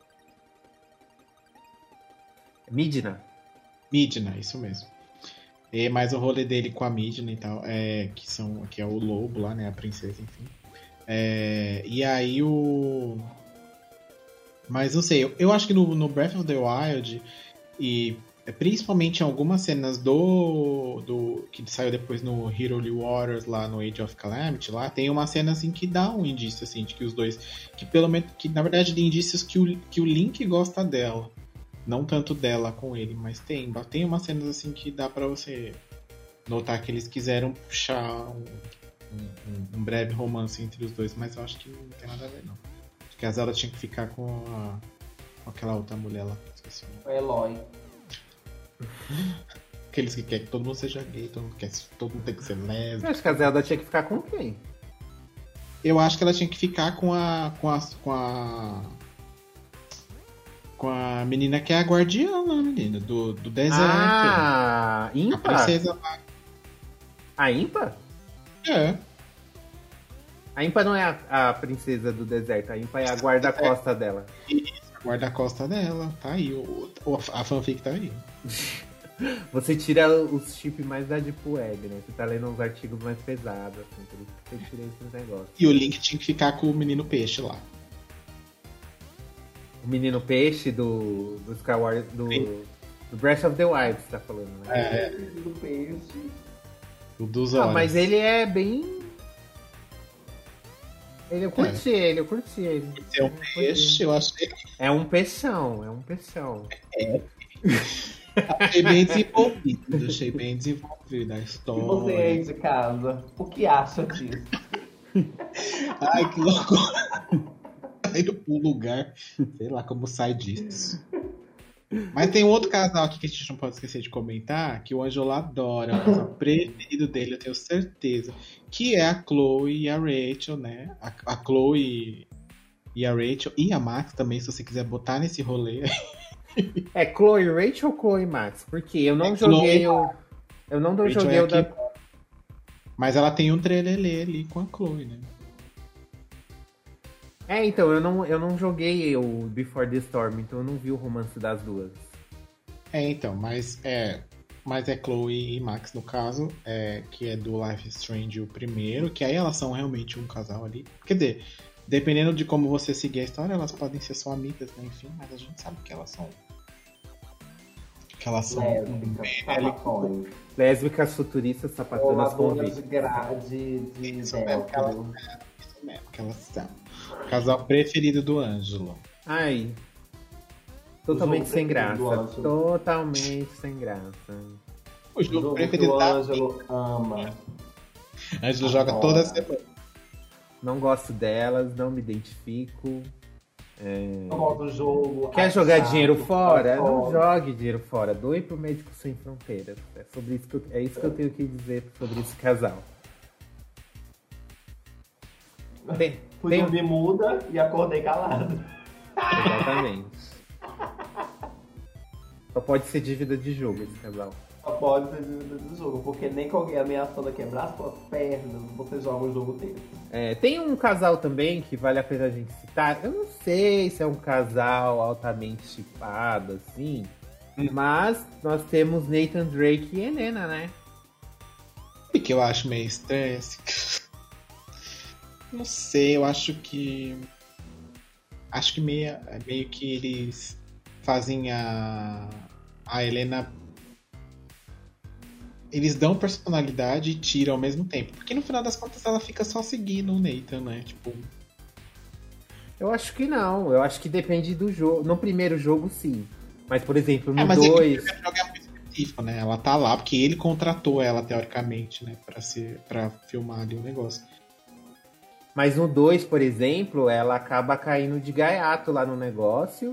Midna. Midna, isso mesmo. E mais o rolê dele com a Midna e tal, é, que, são, que é o lobo lá, né? A princesa, enfim. É, e aí o. Mas não sei, eu, eu acho que no, no Breath of the Wild, e principalmente em algumas cenas do, do que saiu depois no Hyrule Warriors, lá no Age of Calamity, lá tem uma cena assim que dá um indício, assim, de que os dois, que pelo menos, que na verdade tem indícios que o, que o Link gosta dela, não tanto dela com ele, mas tem, tem umas cenas assim que dá pra você notar que eles quiseram puxar um, um, um breve romance entre os dois, mas eu acho que não tem nada a ver, não. Que a Zelda tinha que ficar com, a, com aquela outra mulher lá. Esqueci o nome. Eloy. Aqueles que querem que todo mundo seja gay, todo mundo, quer, todo mundo tem que ser lésbico. Eu acho que a Zelda tinha que ficar com quem? Eu acho que ela tinha que ficar com a. com a. com a. Com a menina que é a guardiã lá, menina, do, do deserto. Ah, Impa? A princesa lá. A Impa? É. A Impa não é a, a princesa do deserto, a Impa é a guarda-costa dela. Isso, a guarda-costa dela, tá aí. O, o, a fanfic tá aí. Você tira os chips mais da Deep Web, né? Você tá lendo uns artigos mais pesados, assim, por isso que você tira esses negócios. E o Link tinha que ficar com o menino peixe lá. O menino peixe do, do Skyward, do, do Breath of the Wild, você tá falando, né? É. Do peixe. O dos Ah, olhos. mas ele é bem... Ele, eu curti é. ele, eu curti ele. É um peixe, eu achei. É um peixão, é um peixão. É. Achei bem desenvolvido, achei bem desenvolvido a história. E você aí de casa, o que acha disso? Ai, que loucura. Tá indo pro lugar, sei lá como sai disso. Mas tem um outro casal aqui que a gente não pode esquecer de comentar, que o Ângelo adora, o casal preferido dele, eu tenho certeza, que é a Chloe e a Rachel, né? A, a Chloe e a Rachel, e a Max também, se você quiser botar nesse rolê. É Chloe, Rachel ou Chloe Max? Porque eu não é joguei Chloe, o... Eu não Rachel joguei é o da... aqui, mas ela tem um trelelê ali com a Chloe, né? É, então, eu não, eu não joguei o Before the Storm, então eu não vi o romance das duas. É, então, mas é, mas é Chloe e Max no caso, é, que é do Life is Strange o primeiro, que aí elas são realmente um casal ali. Quer dizer, dependendo de como você seguir a história, elas podem ser só amigas, né? Enfim, mas a gente sabe que elas são... Que elas são... Lésbicas, sapatões. Lésbicas, futuristas, sapatonas com Coladoras de vídeo. grade de Isso mesmo, que elas, velcro. é, isso mesmo que elas são. Casal preferido do Ângelo. Ai, totalmente jogo sem preferido do graça. Ângelo. Totalmente sem graça. O O jogo jogo que preferido o da Ângelo ama. Ângelo joga Adora. toda semana. Não gosto delas, não me identifico. É... Não gosto do jogo. Quer achado, jogar dinheiro fora? fora. Não jogue dinheiro fora. Doe pro Médicos Sem Fronteiras. É, sobre isso que eu, é isso que eu tenho que dizer sobre esse casal. Tem, Fui tem... dormir muda e acordei calado. Exatamente. Só pode ser dívida de jogo esse casal. Só pode ser dívida do jogo, porque nem com alguém ameaçando a quebrar as suas pernas, você joga o jogo dele. É, tem um casal também que vale a pena a gente citar. Eu não sei se é um casal altamente chipado, assim. Mas nós temos Nathan Drake e Helena, né? O que eu acho meio estranho, assim. Não sei, eu acho que. Acho que meio, meio que eles fazem a. A Helena. Eles dão personalidade e tiram ao mesmo tempo. Porque no final das contas ela fica só seguindo o Nathan, né? Tipo. Eu acho que não. Eu acho que depende do jogo. No primeiro jogo, sim. Mas, por exemplo, É, no mas dois. é que o primeiro jogo é muito específico, né? Ela tá lá porque ele contratou ela, teoricamente, né? Pra, ser, pra filmar ali o negócio. Mas no dois, por exemplo, ela acaba caindo de gaiato lá no negócio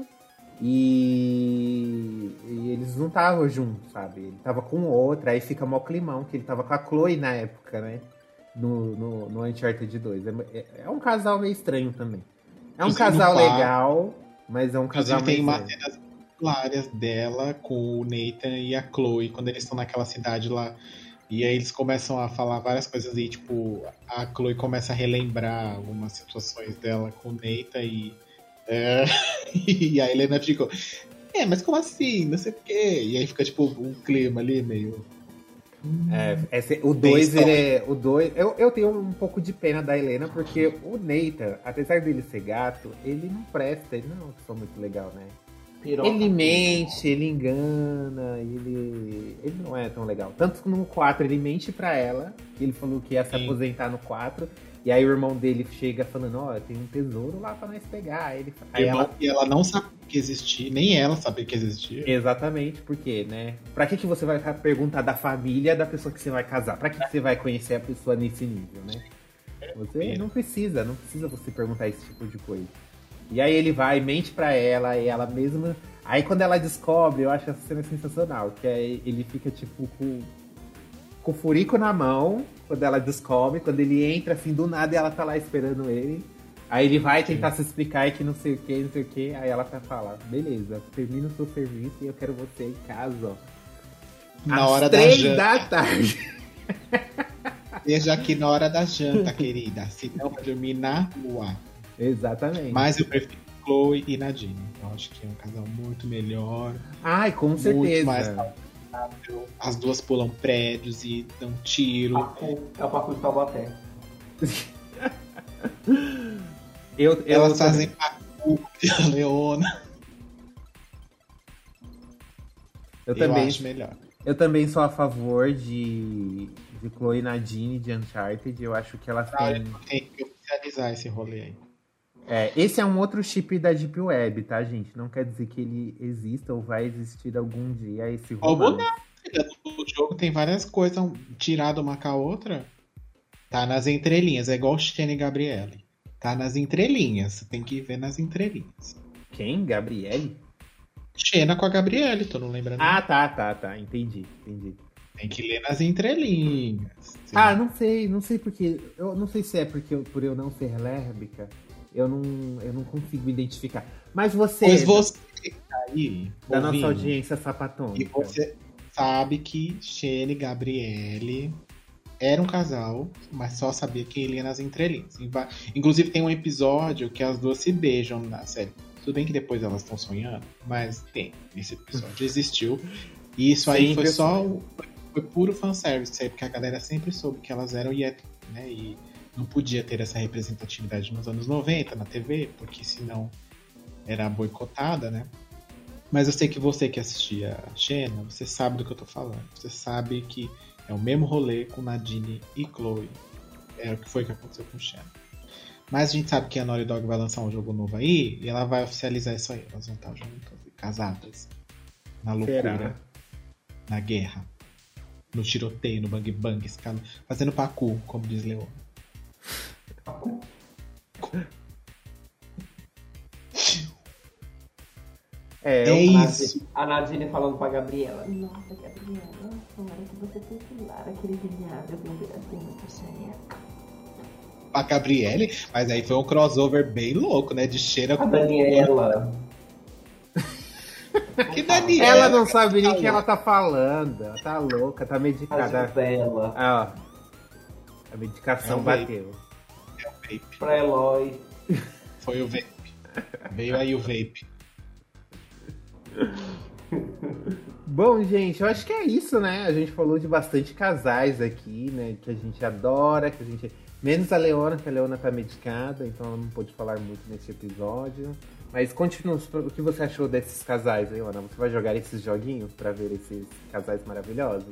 e, e eles não estavam juntos, sabe? Ele tava com outra, aí fica mó climão, que ele tava com a Chloe na época, né? No, no, no Uncharted dois. É, é um casal meio estranho também. É um Inclusive, casal no quarto, legal, mas é um casal Inclusive tem meio umas estranho. cenas claras dela com o Nathan e a Chloe quando eles estão naquela cidade lá. E aí eles começam a falar várias coisas aí, tipo, a Chloe começa a relembrar algumas situações dela com o Nathan e. É, e a Helena ficou. É, mas como assim? Não sei o quê. E aí fica tipo um clima ali meio. É, esse, o dois, ele é. O dois, eu, eu tenho um pouco de pena da Helena, porque o Nathan, apesar dele ser gato, ele não presta, ele não é uma pessoa muito legal, né? Piroca. Ele mente, ele engana, ele, ele não é tão legal. Tanto que no quatro ele mente pra ela, que ele falou que ia se Sim. aposentar no quatro, e aí o irmão dele chega falando, ó, oh, tem um tesouro lá pra nós pegar. Aí, ele, aí Irmão, ela... E ela não sabia que existia, nem ela sabia que existia. Exatamente, porque, né? Pra que, que você vai perguntar da família da pessoa que você vai casar? Pra que, que você vai conhecer a pessoa nesse nível, né? Você não precisa, não precisa você perguntar esse tipo de coisa. E aí ele vai, mente pra ela, e ela mesma... Aí quando ela descobre, eu acho essa cena sensacional, que é ele fica, tipo, com, com o furico na mão, quando ela descobre, quando ele entra, assim, do nada, e ela tá lá esperando ele. Aí ele vai tentar Sim. se explicar que não sei o que, não sei o que, aí ela tá falando, beleza, termina o seu serviço e eu quero você em casa, ó. Na às hora três da, da tarde. Seja aqui na hora da janta, querida, senão vai dormir na rua. Exatamente. Mas eu prefiro Chloe e Nadine. Eu acho que é um casal muito melhor. Ai, com muito certeza. mais As duas pulam prédios e dão tiro. Pacu, é o Pacu de Taubaté. eu, eu Elas também- fazem Pacu de a Leona. Eu Eu também, acho melhor. eu também sou a favor de, de Chloe e Nadine de Uncharted. Eu acho que elas Ah, têm. Tem que oficializar esse rolê aí. É, esse é um outro chip da Deep Web, tá, gente? Não quer dizer que ele exista ou vai existir algum dia esse Como romance. não? O jogo tem várias coisas tiradas uma com a outra. Tá nas entrelinhas, é igual Xena e Gabriele. Tá nas entrelinhas, você tem que ver nas entrelinhas. Quem? Gabriele? Xena com a Gabriele, tu não lembra? não? Ah, tá, tá, tá. Entendi, entendi. Tem que ler nas entrelinhas. Você Ah, não sei, não sei porque. Eu não sei se é porque eu- por eu não ser lésbica, eu não, eu não consigo identificar. Mas você, Pois você que tá aí, da nossa ouvindo, audiência e sapatônica. você sabe que Xena e Gabriele era um casal, mas só sabia que ele ia nas entrelinhas. Inva- Inclusive tem um episódio que as duas se beijam na série. Tudo bem que depois elas estão sonhando, mas tem. Esse episódio existiu. E isso aí Sempre foi só. sonho. Foi puro fanservice, isso aí, porque a galera sempre soube que elas eram héteros, né? E não podia ter essa representatividade nos anos noventa na T V, porque senão era boicotada, né? Mas eu sei que você que assistia Xena, você sabe do que eu tô falando. Você sabe que é o mesmo rolê com Nadine e Chloe. Era o que foi que aconteceu com Xena. Mas a gente sabe que a Naughty Dog vai lançar um jogo novo aí e ela vai oficializar isso aí. Elas vão estar juntas, casadas, na loucura, Será? na guerra, no tiroteio, no bang bang, escala- fazendo pacu, como diz Leon. Pacu. É, É eu- isso. A Nadine falando pra Gabriela. Nossa, Gabriela, tomara que você popular aquele viado. Eu vi um pedacinho da xereca. A Gabriele, mas aí foi um crossover bem louco, né? De cheira A com Daniela. Que Daniela? ela não sabe nem o que ela tá falando. Ela tá louca, tá A medicada. Gisela. Ah, ó. A medicação É o vape. bateu. É o vape. Pra Eloy. Foi o vape. Veio aí o vape. Bom, gente, eu acho que é isso, né? A gente falou de bastante casais aqui, né? Que a gente adora, que a gente. Menos a Leona, que a Leona tá medicada, então ela não pôde falar muito nesse episódio. Mas continua, o que você achou desses casais, Leona? Você vai jogar esses joguinhos pra ver esses casais maravilhosos?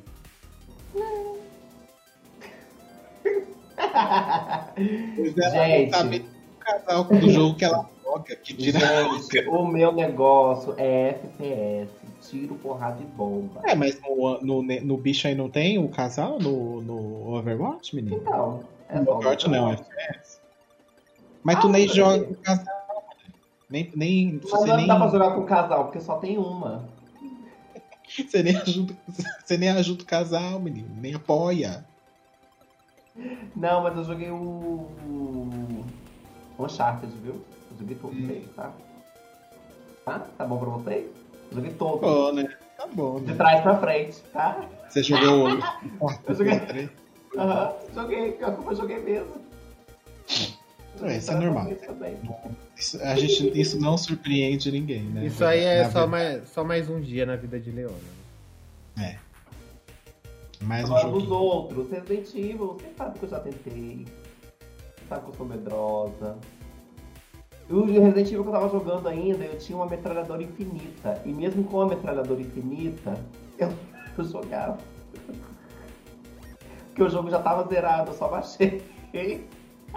Pois ela Gente. não sabe o casal do jogo que ela joga, que tira. Gente, o meu negócio é F P S. Tiro, porrada e bomba. É, mas no, no, no bicho aí não tem o casal no, no Overwatch, menino? Então, é No só Overwatch não, é F P S. Mas Ah, tu nem mas joga eu- com casal. Nem, nem, Mas você, não nem dá pra jogar com casal, porque só tem uma. você nem ajuda. Você nem ajuda o casal, menino. Nem apoia. Não, mas eu joguei o. o Uncharted, viu? Eu joguei todo Hum. dele, tá? Tá? Tá bom pra vocês? Eu joguei todo. Pô, né? Tá bom, De né? trás pra frente, tá? Você jogou. Eu joguei. Aham, joguei, pior que eu joguei mesmo. É, isso é De trás pra normal. frente também. Isso, a gente, isso não surpreende ninguém, né? Isso aí é Na só vida- mais, só mais um dia na vida de Leona. É. Mais um Agora dos joguinho. outros, Resident Evil, você sabe que eu já tentei. Você sabe que eu sou medrosa. E o Resident Evil que eu tava jogando ainda, eu tinha uma metralhadora infinita. E mesmo com a metralhadora infinita, eu, eu jogava. Porque o jogo já tava zerado, eu só baixei. Gente.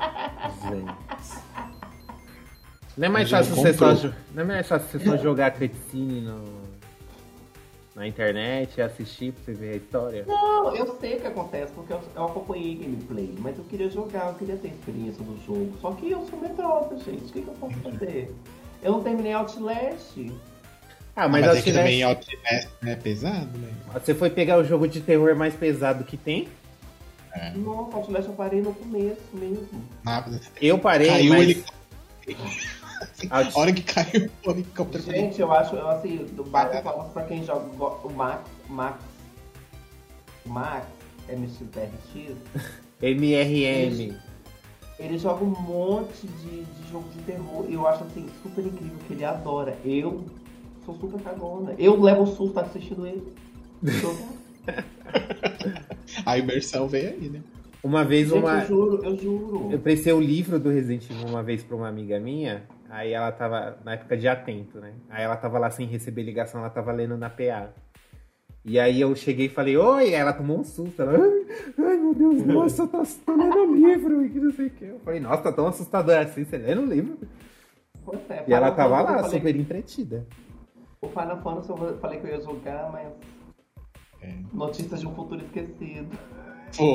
Não é mais Mas fácil ele você só, comprou. jo- não é mais fácil você só jogar cutscene no, na internet e assistir pra você ver a história? Não, eu sei o que acontece, porque eu, eu acompanhei gameplay, mas eu queria jogar, eu queria ter experiência do jogo. Só que eu sou medrosa, gente. O que, que eu posso fazer? Eu não terminei Outlast. Ah, Mas, mas, é que também Outlast- Outlast é pesado, né? você foi pegar o jogo de terror mais pesado que tem? Nossa, Outlast eu parei no começo mesmo. Nada. Eu parei, Caiu mas... ele. Out- A hora que caiu o helicóptero. eu falei, Gente, eu acho, eu, assim, do bato palmas pra quem joga go- o Max, Max, o Max, M X R X, M R M. ele joga um monte de, de jogo de terror e eu acho, assim, super incrível que ele adora. Eu sou super cagona. Eu levo susto assistindo ele. A imersão veio aí, né? Uma vez Gente, uma. eu juro, eu juro. Eu prestei o livro do Resident Evil uma vez pra uma amiga minha. Aí ela tava na época de atento, né? Aí ela tava lá sem receber ligação, ela tava lendo na P A. E aí eu cheguei e falei, oi, aí ela tomou um susto. Ela, ai, ai meu Deus, nossa, eu tô, tô lendo o livro e que não sei o que. Eu falei, nossa, tá tão assustador assim, você lendo o livro? Pois é, E ela Final tava Fantasy, lá, eu falei- super entretida. O Final Fantasy eu falei que eu ia jogar, mas. É. Notícias de um futuro esquecido. Pô,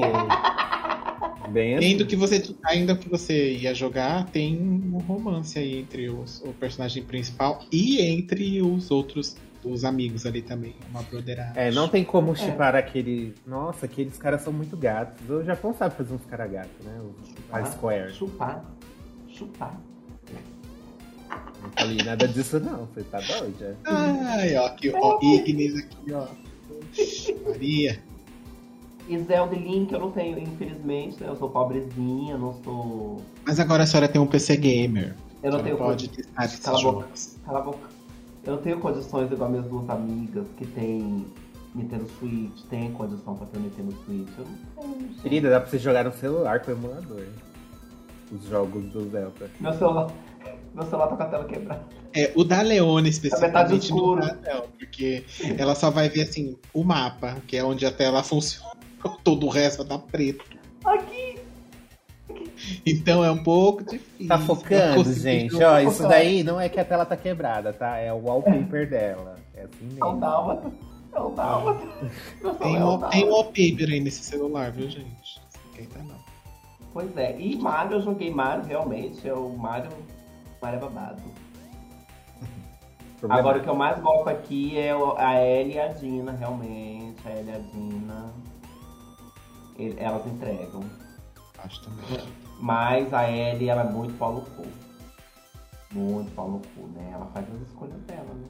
Bem assim. ainda que você, ainda que você ia jogar, tem um romance aí entre os, o personagem principal e entre os outros, os amigos ali também. Uma broderagem. É, não tem como chipar aquele... Nossa, aqueles caras são muito gatos. O Japão sabe fazer uns caras gatos, né? Os a Square. Chupar. Chupar. Não falei nada disso não, você tá doida. Ai, ó, aqui, ó, Ignis aqui, ó. Maria. E Zelda e Link eu não tenho, infelizmente, né? Eu sou pobrezinha, não sou. Mas agora a senhora tem um P C gamer. Eu não A senhora tenho pode condi- testar esses Cala a boca. jogos. Cala a boca. Eu não tenho condições igual minhas duas amigas que tem Nintendo Switch, tem condição pra ter Nintendo Switch. Eu não tenho. gente. Querida, dá pra você jogar no celular com o emulador. Os jogos do Zelda. Meu celular. Meu celular tá com a tela quebrada. É, o da Leona metade especificamente não escuro. dá, não, porque ela só vai ver assim o mapa, que é onde a tela funciona. Todo o resto tá preto. Aqui! Então é um pouco difícil. Tá Não focando, consigo gente. jogar. Ó, isso daí não é que a tela tá quebrada, tá? É o wallpaper dela. É assim É um mesmo. dálmata. É um dálmata. Meu Tem, celular é um um, tem um dálmata. wallpaper aí nesse celular, viu, gente? Quem tá não. Pois é. E Mario, eu joguei Mario, realmente. É o Mario. Mario é babado. Problema- Agora o que eu mais gosto aqui é o- a Ellie e a Dina, realmente. A Ellie e a Dina. Ele- Elas entregam. Acho também. Mas a Ellie, ela é muito pau no cu. Muito pau no cu, né? Ela faz as escolhas dela, né?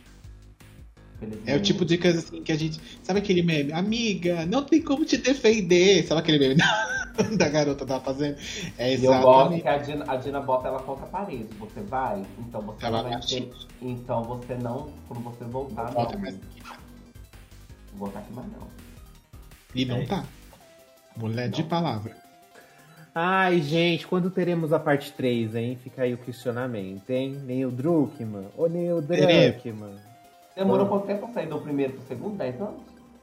É o tipo de coisa assim que a gente. Sabe aquele meme? Amiga, não tem como te defender. Sabe aquele meme da garota tava fazendo? É E eu gosto exatamente. que a Dina, a Dina bota ela contra a parede. Você vai, então você Ela não vai bate. ter. Então você não. Quando você voltar, não. Volta mais aqui. Vou voltar aqui mais não. E não É. tá. Mulher de palavra. Ai, gente, quando teremos a parte três, hein? Fica aí o questionamento, hein? Neil Druckmann. Ô, Neil Druckmann. Demorou Bom. quanto tempo pra sair do primeiro pro segundo? dez anos?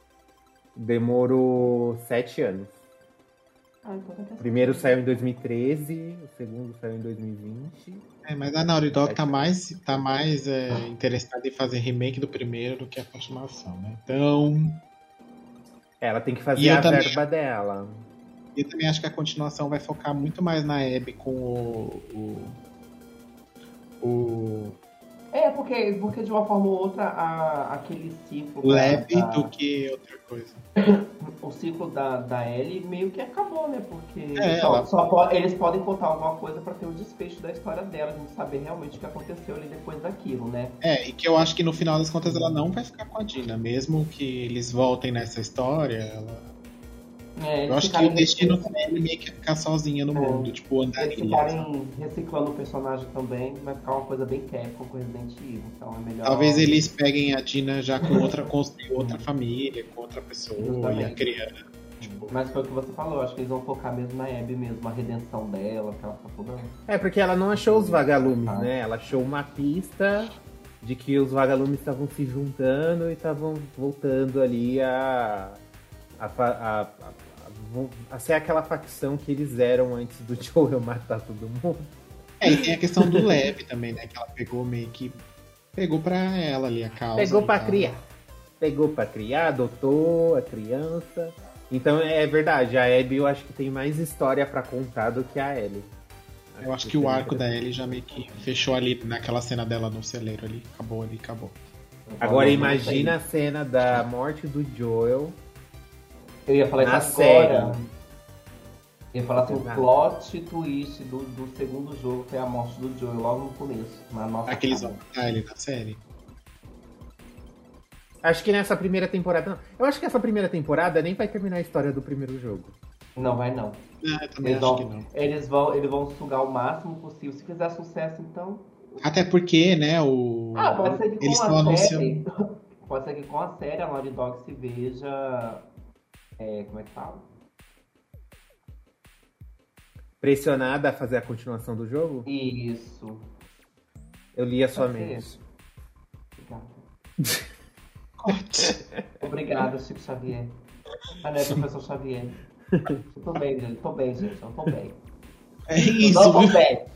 Demorou sete anos. Ah, então deve ter O primeiro saiu em dois mil e treze, o segundo saiu em dois mil e vinte. É, mas a Naughty Dog tá mais, tá mais é, interessada em fazer remake do primeiro do que a continuação, né? Então, Ela tem que fazer E eu a também- verba dela. eu também acho que a continuação vai focar muito mais na Abby com o. o, o É, porque, porque de uma forma ou outra a, aquele ciclo. o da- Lab da- do que outra coisa. O ciclo da, da Ellie meio que acabou, né? Porque É, só, ela- só po- eles podem contar alguma coisa pra ter o desfecho da história dela, a gente saber realmente o que aconteceu ali depois daquilo, né? É, e que eu acho que no final das contas ela não vai ficar com a Dina, mesmo que eles voltem nessa história. Ela... É, Eu eles acho que ficarem o destino reciclando- pra ele meio que é ficar sozinha no É. mundo, tipo, eles andarilha. sabe? ficarem reciclando o personagem também, vai ficar uma coisa bem Capcom com Resident Evil, então é melhor. Talvez eles peguem a Dina já com outra, construir outra família, com outra pessoa, e a Justamente. criança. Mas foi o que você falou, acho que eles vão focar mesmo na Abby mesmo, a redenção dela, que ela tá toda. É, porque ela não achou os vagalumes, né? Ela achou uma pista de que os vagalumes estavam se juntando e estavam voltando ali a a, fa- a, a, a- a ser aquela facção que eles eram antes do Joel matar todo mundo. É, e tem a questão do Leve também, né? Que ela pegou meio que. Pegou pra ela ali a causa. Pegou e pra tal. criar. Pegou pra criar, adotou a criança. Então é verdade, a Abby eu acho que tem mais história pra contar do que a Ellie. Eu acho que o arco da Ellie já meio que fechou ali naquela cena dela no celeiro ali. Acabou ali, acabou. Agora Eu imagina a cena da morte do Joel. Eu ia falar Na isso agora. série. Eu ia falar assim, o Exato. plot twist do, do segundo jogo foi a morte do Joel logo no começo. Na nossa Será que eles cara. vão matar ele na série? Acho que nessa primeira temporada. Não. Eu acho que essa primeira temporada nem vai terminar a história do primeiro jogo. Não vai não. Ah, eu também Eles acho vão, que não. eles, vão, eles vão sugar o máximo possível. Se fizer sucesso, então. Até porque, né, o. Ah, pode ser que eles com estão a anunciando. série. pode ser que com a série a Naughty Dog se veja. É, como é que fala? Pressionada a fazer a continuação do jogo? Isso. Eu li a sua Pode ser. mente. Obrigada. Obrigada, Chico Xavier. Ah, não, é professor Xavier. Eu tô bem, gente. Tô bem, gente. Eu tô bem. É Eu isso, não tô viu? bem.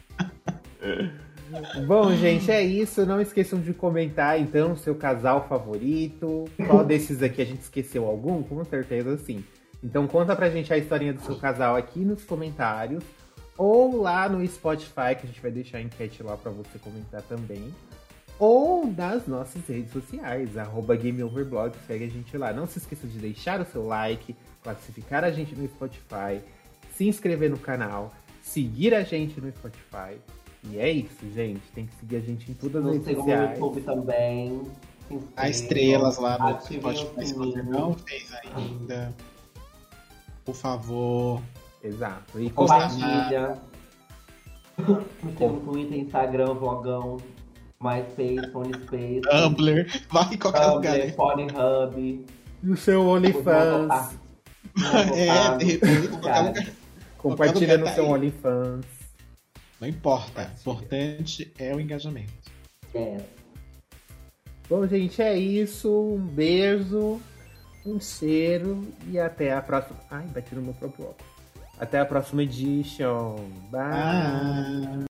Bom, gente, é isso. Não esqueçam de comentar, então, o seu casal favorito. Qual desses aqui a gente esqueceu algum? Com certeza, sim. Então, conta pra gente a historinha do seu casal aqui nos comentários. Ou lá no Spotify, que a gente vai deixar a enquete lá pra você comentar também. Ou nas nossas redes sociais, arroba GameOverblog, segue a gente lá. Não se esqueça de deixar o seu like, classificar a gente no Spotify, se inscrever no canal, seguir a gente no Spotify. E é isso, gente. Tem que seguir a gente em todas as No redes segundo sociais. YouTube também. Se inscrevam, Dá estrelas lá no ativem o Spotify se você sininho. não fez ainda. Por favor. Exato. E Compartilha. compartilha. Compartilha. Nos tem no Twitter, Instagram, Vlogão, MySpace, PhoneSpace, Tumblr, vai em qualquer lugar. Tumblr, Né? Pornhub. no seu OnlyFans. É, de repente, qualquer lugar. Compartilha no lugar tá seu aí. OnlyFans. Não importa. O importante é o engajamento. É. Bom, gente, é isso. Um beijo, um cheiro e até a próxima. Ai, bati no meu próprio óculos. Até a próxima edition. Bye. Ah.